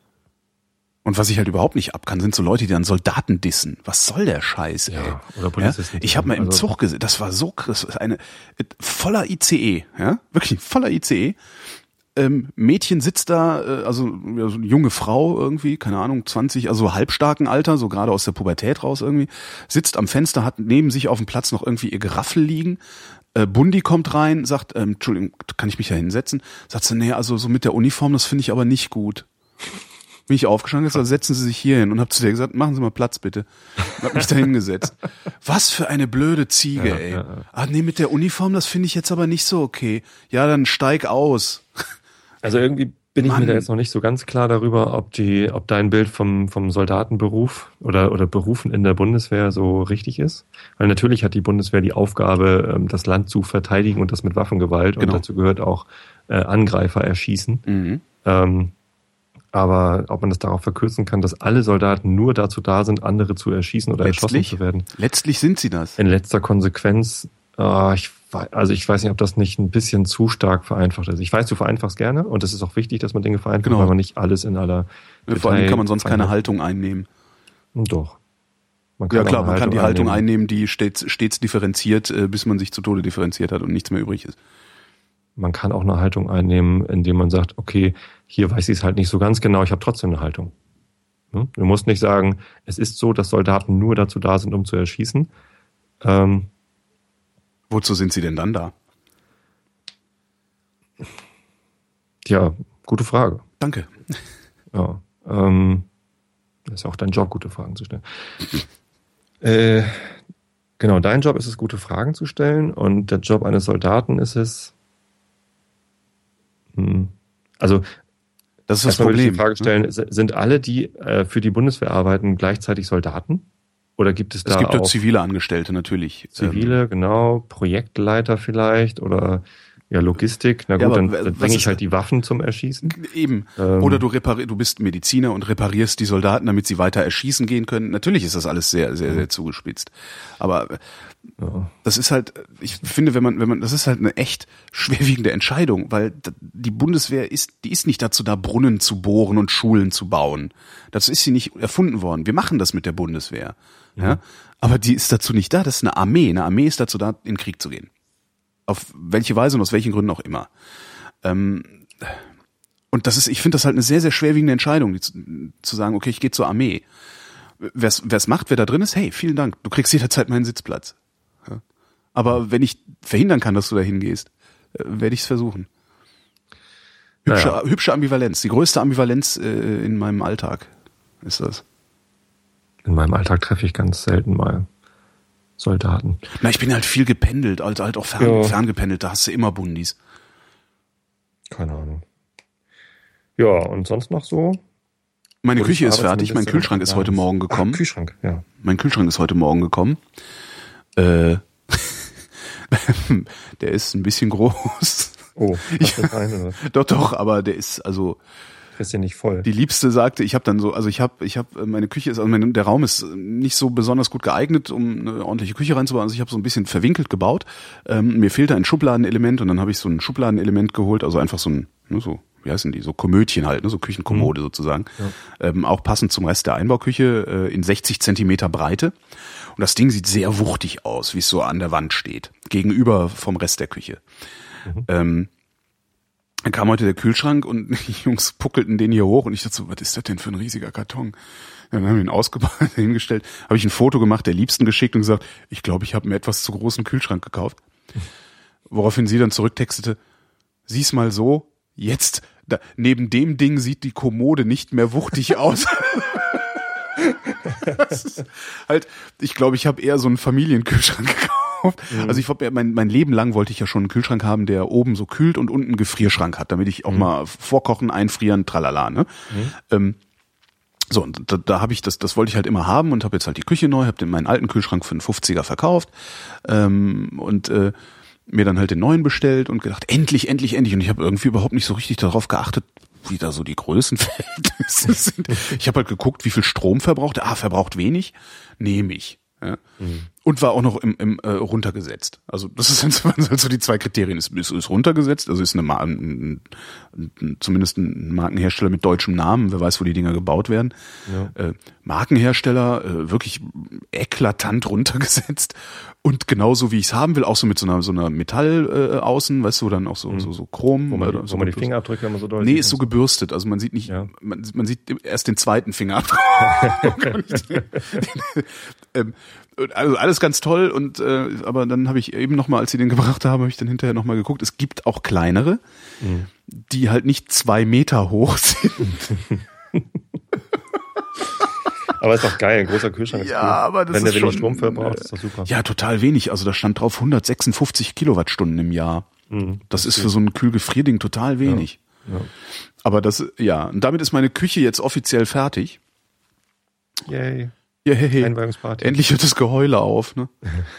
Und was ich halt überhaupt nicht ab kann, sind so Leute, die dann Soldaten dissen. Was soll der Scheiß, ey? Ja, oder Polizisten. Ja? Ich habe mal im Zug gesehen, das war so krass, eine voller I C E, ja, wirklich voller I C E. Ähm, Mädchen sitzt da, äh, also ja, so eine junge Frau irgendwie, keine Ahnung, zwanzig, also halbstarken Alter, so gerade aus der Pubertät raus irgendwie, sitzt am Fenster, hat neben sich auf dem Platz noch irgendwie ihr Geraffel liegen. Äh, Bundi kommt rein, sagt, ähm, Entschuldigung, kann ich mich da hinsetzen? Sagt sie, nee, also so mit der Uniform, das finde ich aber nicht gut. Bin ich aufgestanden, gesagt, setzen Sie sich hier hin und hab zu der gesagt, machen Sie mal Platz bitte. Und hab mich da hingesetzt. Was für eine blöde Ziege, ja, ey. Ja, ja. Ah, nee, mit der Uniform, das finde ich jetzt aber nicht so okay. Ja, dann steig aus. Also irgendwie bin ich Mann. mir da jetzt noch nicht so ganz klar darüber, ob die, ob dein Bild vom, vom Soldatenberuf oder, oder Berufen in der Bundeswehr so richtig ist. Weil natürlich hat die Bundeswehr die Aufgabe, das Land zu verteidigen und das mit Waffengewalt. Genau. Und dazu gehört auch äh, Angreifer erschießen. Mhm. Ähm, aber ob man das darauf verkürzen kann, dass alle Soldaten nur dazu da sind, andere zu erschießen oder letztlich, erschossen zu werden. Letztlich sind sie das. In letzter Konsequenz, äh, ich Also ich weiß nicht, ob das nicht ein bisschen zu stark vereinfacht ist. Ich weiß, du vereinfachst gerne und es ist auch wichtig, dass man Dinge vereinfacht, genau. weil man nicht alles in aller Detail Vor allem kann man sonst keine Haltung einnehmen. Doch. Man kann ja klar, man Haltung kann die Haltung einnehmen, einnehmen die stets, stets differenziert, bis man sich zu Tode differenziert hat und nichts mehr übrig ist. Man kann auch eine Haltung einnehmen, indem man sagt, okay, hier weiß ich es halt nicht so ganz genau, ich habe trotzdem eine Haltung. Du musst nicht sagen, es ist so, dass Soldaten nur dazu da sind, um zu erschießen. Ähm, Wozu sind sie denn dann da? Ja, gute Frage. Danke. Ja, ähm, das ist auch dein Job, gute Fragen zu stellen. äh, genau, dein Job ist es, gute Fragen zu stellen und der Job eines Soldaten ist es, hm, also das ist das Problem. Will ich die Frage stellen, ne? Sind alle, die äh, für die Bundeswehr arbeiten, gleichzeitig Soldaten? Oder gibt es da Es gibt auch dort zivile Angestellte natürlich. Zivile, ähm, genau, Projektleiter vielleicht oder ja Logistik. Na gut, ja, dann, dann bringe ich halt die Waffen zum Erschießen. Eben. Ähm, oder du reparierst, du bist Mediziner und reparierst die Soldaten, damit sie weiter erschießen gehen können. Natürlich ist das alles sehr, sehr, sehr zugespitzt. Aber ja. das ist halt, ich finde, wenn man, wenn man, das ist halt eine echt schwerwiegende Entscheidung, weil die Bundeswehr ist, die ist nicht dazu da, Brunnen zu bohren und Schulen zu bauen. Dazu ist sie nicht erfunden worden. Wir machen das mit der Bundeswehr. Ja. Ja? Aber die ist dazu nicht da. Das ist eine Armee. Eine Armee ist dazu da, in den Krieg zu gehen. Auf welche Weise und aus welchen Gründen auch immer. Ähm, und das ist, ich finde das halt eine sehr, sehr schwerwiegende Entscheidung, die zu, zu sagen, okay, ich gehe zur Armee. Wer es macht, wer da drin ist, hey, vielen Dank, du kriegst jederzeit meinen Sitzplatz. Ja. Aber wenn ich verhindern kann, dass du da hingehst, äh, werde ich es versuchen. Hübsche, naja. hübsche Ambivalenz, die größte Ambivalenz äh, in meinem Alltag ist das. In meinem Alltag treffe ich ganz selten mal Soldaten. Na, ich bin halt viel gependelt, also halt auch fern, ja. ferngependelt, da hast du immer Bundis. Keine Ahnung. Ja, und sonst noch so? Meine Küche ist fertig, mein Kühlschrank ist heute Morgen gekommen. Ah, Kühlschrank, ja. Mein Kühlschrank ist heute Morgen gekommen. Äh, der ist ein bisschen groß. Oh, ich, rein, oder? Doch, doch, aber der ist, also, Kriegst du nicht voll. Die Liebste sagte, ich habe dann so, also ich habe, ich habe, meine Küche ist, also mein, der Raum ist nicht so besonders gut geeignet, um eine ordentliche Küche reinzubauen. Also ich habe so ein bisschen verwinkelt gebaut. Ähm, mir fehlte ein Schubladenelement und dann habe ich so ein Schubladenelement geholt, also einfach so ein, ne, so, wie heißen die, so Komödchen halt, ne, so Küchenkommode mhm. sozusagen. Ja. Ähm, auch passend zum Rest der Einbauküche äh, in sechzig Zentimeter Breite. Und das Ding sieht sehr wuchtig aus, wie es so an der Wand steht, gegenüber vom Rest der Küche. Mhm. Ähm, Dann kam heute der Kühlschrank und die Jungs puckelten den hier hoch und ich dachte so, was ist das denn für ein riesiger Karton? Dann haben wir ihn ausgebaut, hingestellt, habe ich ein Foto gemacht, der Liebsten geschickt und gesagt, ich glaube, ich habe mir etwas zu großen Kühlschrank gekauft. Woraufhin sie dann zurücktextete, sieh's mal so, jetzt, da, neben dem Ding sieht die Kommode nicht mehr wuchtig aus. Das ist halt, ich glaube, ich habe eher so einen Familienkühlschrank gekauft. Mhm. Also ich habe mein, mein Leben lang wollte ich ja schon einen Kühlschrank haben, der oben so kühlt und unten einen Gefrierschrank hat, damit ich auch mhm. mal vorkochen, einfrieren, tralala, ne? Mhm. Ähm, so, und da, da habe ich das, das wollte ich halt immer haben und habe jetzt halt die Küche neu, habe den meinen alten Kühlschrank für einen fünfziger verkauft ähm, und äh, mir dann halt den neuen bestellt und gedacht, endlich, endlich, endlich. Und ich habe irgendwie überhaupt nicht so richtig darauf geachtet, wie da so die Größenverhältnisse sind. Ich habe halt geguckt, wie viel Strom verbraucht. Ah, verbraucht wenig, nehme ich. Ja. Mhm. Und war auch noch im, im äh, runtergesetzt. Also das ist halt so die zwei Kriterien. Ist, ist, ist runtergesetzt, also ist eine Mar- ein, ein, zumindest ein Markenhersteller mit deutschem Namen. Wer weiß, wo die Dinger gebaut werden. Ja. Äh, Markenhersteller äh, wirklich eklatant runtergesetzt und genauso wie ich es haben will, auch so mit so einer so einer Metall äh, außen, weißt du, dann auch so mhm. so, so Chrom, wo man, oder wo so man die Fingerabdrücke immer so deutlich. Nee, ist so gebürstet, also man sieht nicht, ja. man, man sieht erst den zweiten Fingerabdruck. ähm, Also alles ganz toll und äh, aber dann habe ich eben nochmal, als sie den gebracht haben, habe ich dann hinterher nochmal geguckt. Es gibt auch kleinere, mhm. die halt nicht zwei Meter hoch sind. Aber ist doch geil, ein großer Kühlschrank ist ja, cool. aber das Wenn der ist wenig schon, Strom verbraucht, ist doch super. Ja, total wenig. Also da stand drauf hundertsechsundfünfzig Kilowattstunden im Jahr. Mhm, das, das ist für so ein Kühlgefrierding total wenig. Ja, ja. Aber das, ja, und damit ist meine Küche jetzt offiziell fertig. Yay. Yay. Einweihungsparty. Endlich hört das Geheule auf, ne?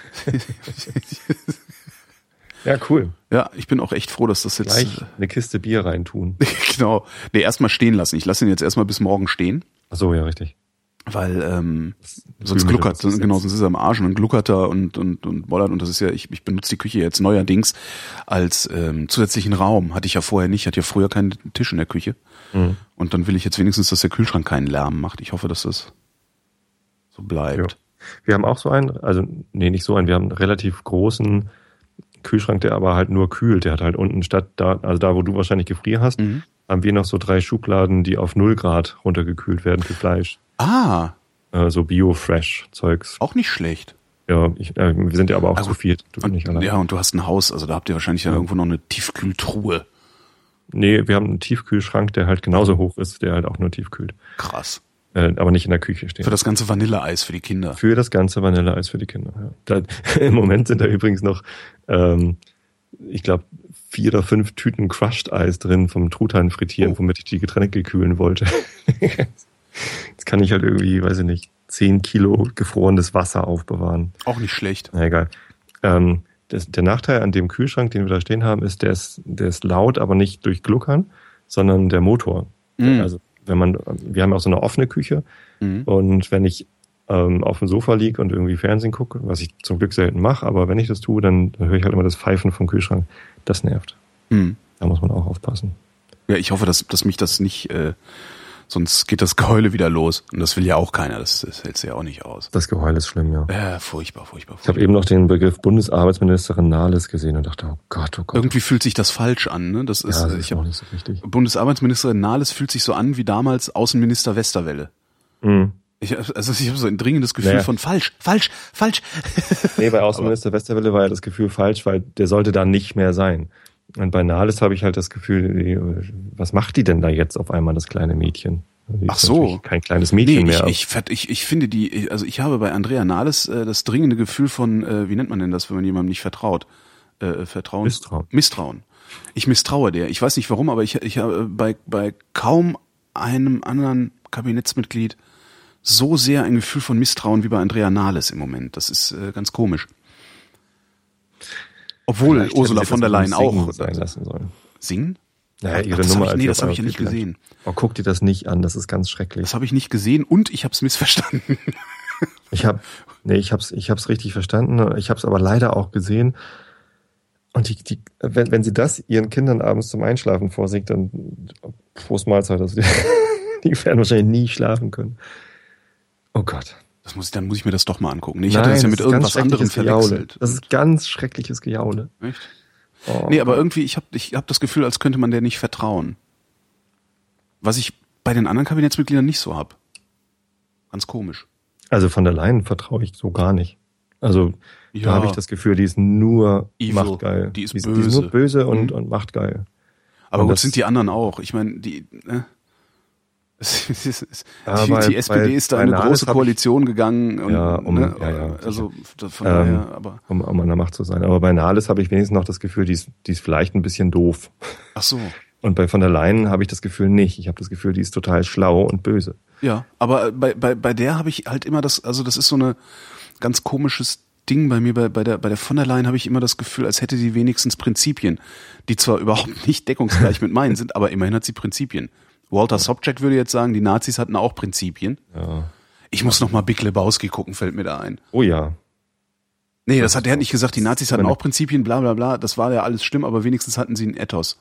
Ja, cool. Ja, ich bin auch echt froh, dass das jetzt... Gleich eine Kiste Bier reintun. Genau. Nee, erstmal stehen lassen. Ich lasse ihn jetzt erstmal bis morgen stehen. Ach so, ja, richtig. Weil ähm, sonst gluckert, genau, sonst ist er am Arsch und dann gluckert er und und und bollert und das ist ja, ich, ich benutze die Küche jetzt neuerdings als ähm, zusätzlichen Raum. Hatte ich ja vorher nicht, hatte ja früher keinen Tisch in der Küche. Mhm. Und dann will ich jetzt wenigstens, dass der Kühlschrank keinen Lärm macht. Ich hoffe, dass das so bleibt. Ja. Wir haben auch so einen, also nee, nicht so einen, wir haben einen relativ großen Kühlschrank, der aber halt nur kühlt. Der hat halt unten statt da, also da, wo du wahrscheinlich Gefrier hast, mhm. haben wir noch so drei Schubladen, die auf null Grad runtergekühlt werden für Fleisch. Ah. Äh, so Bio-Fresh-Zeugs. Auch nicht schlecht. Ja, ich, äh, wir sind ja aber auch also, zu viert. Du und, nicht allein. Ja, und du hast ein Haus, also da habt ihr wahrscheinlich ja. irgendwo noch eine Tiefkühltruhe. Nee, wir haben einen Tiefkühlschrank, der halt genauso hoch ist, der halt auch nur tiefkühlt. Krass. Äh, aber nicht in der Küche stehen. Für das ganze Vanilleeis für die Kinder. Für das ganze Vanilleeis für die Kinder, ja. Da, im Moment sind da übrigens noch, ähm, ich glaube, vier oder fünf Tüten Crushed Eis drin vom Truthahn frittieren, oh. womit ich die Getränke kühlen wollte. Jetzt kann ich halt irgendwie, weiß ich nicht, zehn Kilo gefrorenes Wasser aufbewahren. Auch nicht schlecht. Na egal. Ähm, das, der Nachteil an dem Kühlschrank, den wir da stehen haben, ist, der ist, der ist laut, aber nicht durch Gluckern, sondern der Motor. Mhm. Also wenn man, wir haben auch so eine offene Küche mhm. und wenn ich ähm, auf dem Sofa liege und irgendwie Fernsehen gucke, was ich zum Glück selten mache, aber wenn ich das tue, dann, dann höre ich halt immer das Pfeifen vom Kühlschrank. Das nervt. Mhm. Da muss man auch aufpassen. Ja, ich hoffe, dass, dass mich das nicht, äh, sonst geht das Geheule wieder los. Und das will ja auch keiner, das, das hält ja auch nicht aus. Das Geheul ist schlimm, ja. Ja, furchtbar, furchtbar, furchtbar. Ich habe eben noch den Begriff Bundesarbeitsministerin Nahles gesehen und dachte, oh Gott, oh Gott. Irgendwie fühlt sich das falsch an, ne? Das ist, ja, das ist ich hab, auch nicht so richtig. Bundesarbeitsministerin Nahles fühlt sich so an wie damals Außenminister Westerwelle. Mhm. Ich, also ich habe so ein dringendes Gefühl naja. von falsch, falsch, falsch. Nee, bei Außenminister Westerwelle war ja das Gefühl falsch, weil der sollte da nicht mehr sein. Und bei Nahles habe ich halt das Gefühl, was macht die denn da jetzt auf einmal, das kleine Mädchen? Die Ach so. Kein kleines Mädchen nee, mehr. Ich, ich, ich, ich finde die, also ich habe bei Andrea Nahles äh, das dringende Gefühl von, äh, wie nennt man denn das, wenn man jemandem nicht vertraut? Äh, Vertrauen? Misstrauen. Misstrauen. Ich misstraue der. Ich weiß nicht warum, aber ich, ich habe bei, bei kaum einem anderen Kabinettsmitglied so sehr ein Gefühl von Misstrauen wie bei Andrea Nahles im Moment. Das ist äh, ganz komisch. Obwohl Ursula von der Leyen auch sein lassen sollen. Singen? Naja, ihre Ach, das Nummer hab ich, als nee, das habe ich ja Biografie nicht vielleicht. gesehen. Oh, guck dir das nicht an, das ist ganz schrecklich. Das habe ich nicht gesehen und ich habe es missverstanden. Ich habe, nee, ich hab's, ich hab's richtig verstanden. Ich habe es aber leider auch gesehen. Und die, die, wenn, wenn sie das ihren Kindern abends zum Einschlafen vorsingt, dann Prost Mahlzeit. Also die, die werden wahrscheinlich nie schlafen können. Oh Gott. Das muss ich, dann muss ich mir das doch mal angucken. Nee, ich Nein, hatte das ja das mit ist irgendwas ganz anderem schreckliches Gejaule. verwechselt. Das ist ganz schreckliches Gejaule. Echt? Oh, Nee, aber irgendwie, ich habe ich hab das Gefühl, als könnte man der nicht vertrauen. Was ich bei den anderen Kabinettsmitgliedern nicht so hab. Ganz komisch. Also von der Leyen vertraue ich so gar nicht. Also Ja. da habe ich das Gefühl, die ist nur Evil. machtgeil. Die ist die, böse. Die ist nur böse und, Mhm. und machtgeil. Aber Und gut, das- sind die anderen auch. Ich meine, die, äh, es ist- es ist- Ja, die, bei- die S P D bei- ist da bei in eine Nahles große hab ich- Koalition gegangen. Und, Ja, um- ne, ja, ja, also von Ähm, daher, aber Um, um an der Macht zu sein. Aber bei Nahles habe ich wenigstens noch das Gefühl, die ist, die ist vielleicht ein bisschen doof. ach so. Und bei von der Leyen habe ich das Gefühl nicht. Ich habe das Gefühl, die ist total schlau und böse. Ja, aber bei, bei, bei der habe ich halt immer das, also das ist so eine ganz komisches Ding bei mir, bei, bei der, bei der von der Leyen habe ich immer das Gefühl, als hätte sie wenigstens Prinzipien, die zwar überhaupt nicht deckungsgleich mit meinen sind, aber immerhin hat sie Prinzipien. Walter Sobchak würde jetzt sagen, die Nazis hatten auch Prinzipien. Ja. Ich muss noch mal Big Lebowski gucken, fällt mir da ein. Oh ja. Nee, das hat der hat nicht gesagt, die Nazis hatten Meine- auch Prinzipien, bla bla bla, das war ja alles schlimm, aber wenigstens hatten sie einen Ethos.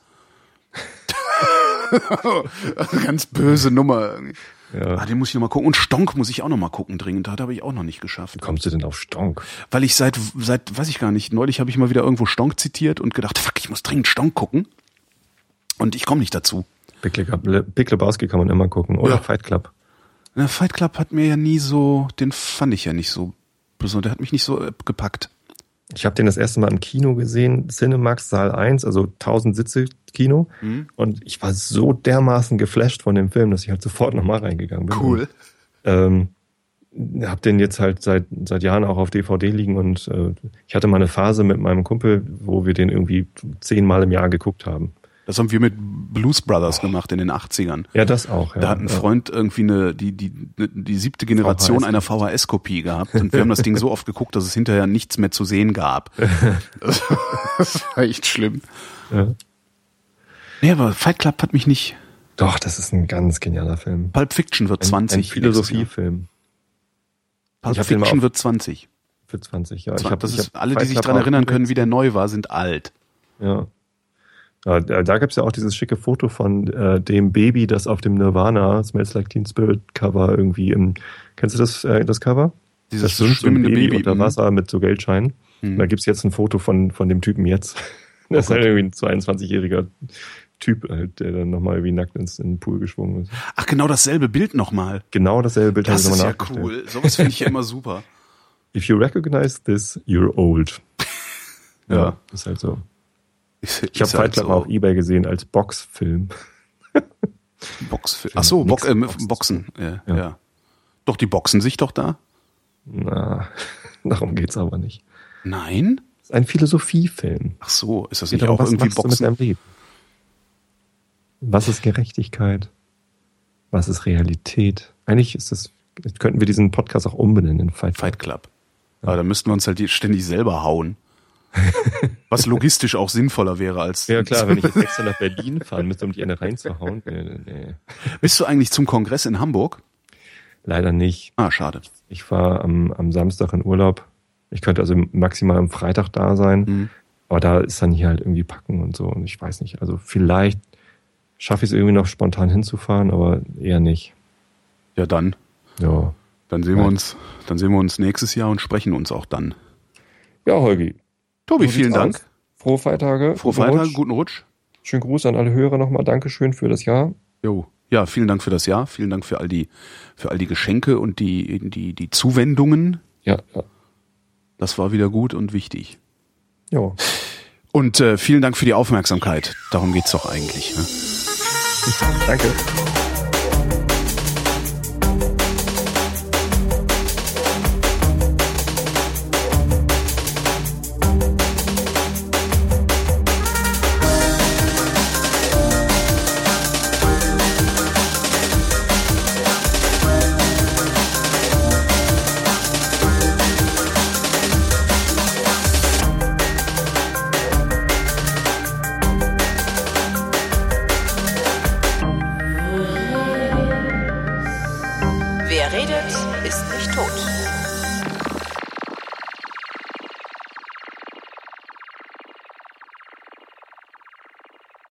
Ganz böse Nummer. Ja. Ah, den muss ich noch mal gucken. Und Stonk muss ich auch noch mal gucken, dringend. Das habe ich auch noch nicht geschafft. Wie kommst du denn auf Stonk? Weil ich seit, seit, weiß ich gar nicht, neulich habe ich mal wieder irgendwo Stonk zitiert und gedacht, fuck, ich muss dringend Stonk gucken. Und ich komme nicht dazu. Big, Le- Big Lebowski kann man immer gucken. Oder Ja. Fight Club. Na, Fight Club hat mir ja nie so, den fand ich ja nicht so besonders, der hat mich nicht so äh, gepackt. Ich habe den das erste Mal im Kino gesehen, Cinemax Saal eins, also tausend Sitze Kino. Mhm. Und ich war so dermaßen geflasht von dem Film, dass ich halt sofort nochmal reingegangen bin. Cool. Ähm, hab den jetzt halt seit seit Jahren auch auf D V D liegen und äh, ich hatte mal eine Phase mit meinem Kumpel, wo wir den irgendwie zehnmal im Jahr geguckt haben. Das haben wir mit Blues Brothers gemacht in den achtzigern. Ja, das auch. Ja. Da hat ein Ja. Freund irgendwie eine, die, die, die siebte Generation V H S. einer V H S-Kopie gehabt und wir haben das Ding so oft geguckt, dass es hinterher nichts mehr zu sehen gab. Das, das war echt schlimm. Ja. Nee, aber Fight Club hat mich nicht. Doch, das ist ein ganz genialer Film. Pulp Fiction wird Ein, zwanzig. ein nächstes Jahr. Philosophiefilm Pulp Ich hab den mal Fiction auf- wird zwanzig. für zwanzig Jahre. Das hab- ist, hab alle, die Fight sich Club dran auch erinnern können, übrigens- wie der neu war, sind alt. Ja. Ja, da da gibt's ja auch dieses schicke Foto von äh, dem Baby, das auf dem Nirvana Smells Like Teen Spirit Cover irgendwie im, kennst du das, äh, das Cover? Dieses das schwimmt so ein schwimmende Baby, Baby, unter mhm. Wasser mit so Geldscheinen. Mhm. Und da gibt's jetzt ein Foto von, von dem Typen jetzt. Das ist halt irgendwie ein zweiundzwanzigjähriger Typ, halt, der dann nochmal irgendwie nackt ins in den Pool geschwungen ist. Ach, genau dasselbe Bild nochmal. Genau dasselbe Bild Das habe ich ist nochmal ja nachgestellt. cool. Sowas finde ich ja immer super. If you recognize this, you're old. Ja, Ja. ist halt so. Ist, Ich habe ist Fight halt Club so mal auf Ebay gesehen als Boxfilm. Boxfilm. Ach so, Box, äh, Boxen. Boxen. Ja, Ja. ja. Doch, die boxen sich doch da? Na, darum geht's aber nicht. Nein? Das ist ein Philosophiefilm. Ach so, ist das Es geht nicht darum, auch was irgendwie machst du mit Boxen? deinem Leben? Was ist Gerechtigkeit? Was ist Realität? Eigentlich ist das, könnten wir diesen Podcast auch umbenennen in Fight Club. Fight Club. Aber da müssten wir uns halt ständig selber hauen. Was logistisch auch sinnvoller wäre als. Ja klar, wenn ich jetzt extra nach Berlin fahren müsste, um die eine reinzuhauen. Nee, nee. Bist du eigentlich zum Kongress in Hamburg? Leider nicht. Ah, schade. Ich war am, am Samstag in Urlaub. Ich könnte also maximal am Freitag da sein. Mhm. Aber da ist dann hier halt irgendwie Packen und so. Und ich weiß nicht. Also vielleicht schaffe ich es irgendwie noch spontan hinzufahren, aber eher nicht. Ja, dann. Ja. Dann sehen wir Ja. uns, dann sehen wir uns nächstes Jahr und sprechen uns auch dann. Ja, Holgi. Tobi, So vielen sieht's Dank. aus. Frohe Feiertage. Frohe guten Feiertage, Rutsch. guten Rutsch. Schönen Gruß an alle Hörer nochmal. Dankeschön für das Jahr. Jo. Ja, vielen Dank für das Jahr. Vielen Dank für all die, für all die Geschenke und die, die, die Zuwendungen. Ja, ja. Das war wieder gut und wichtig. Jo. Und äh, vielen Dank für die Aufmerksamkeit. Darum geht's doch eigentlich. Ne? Danke.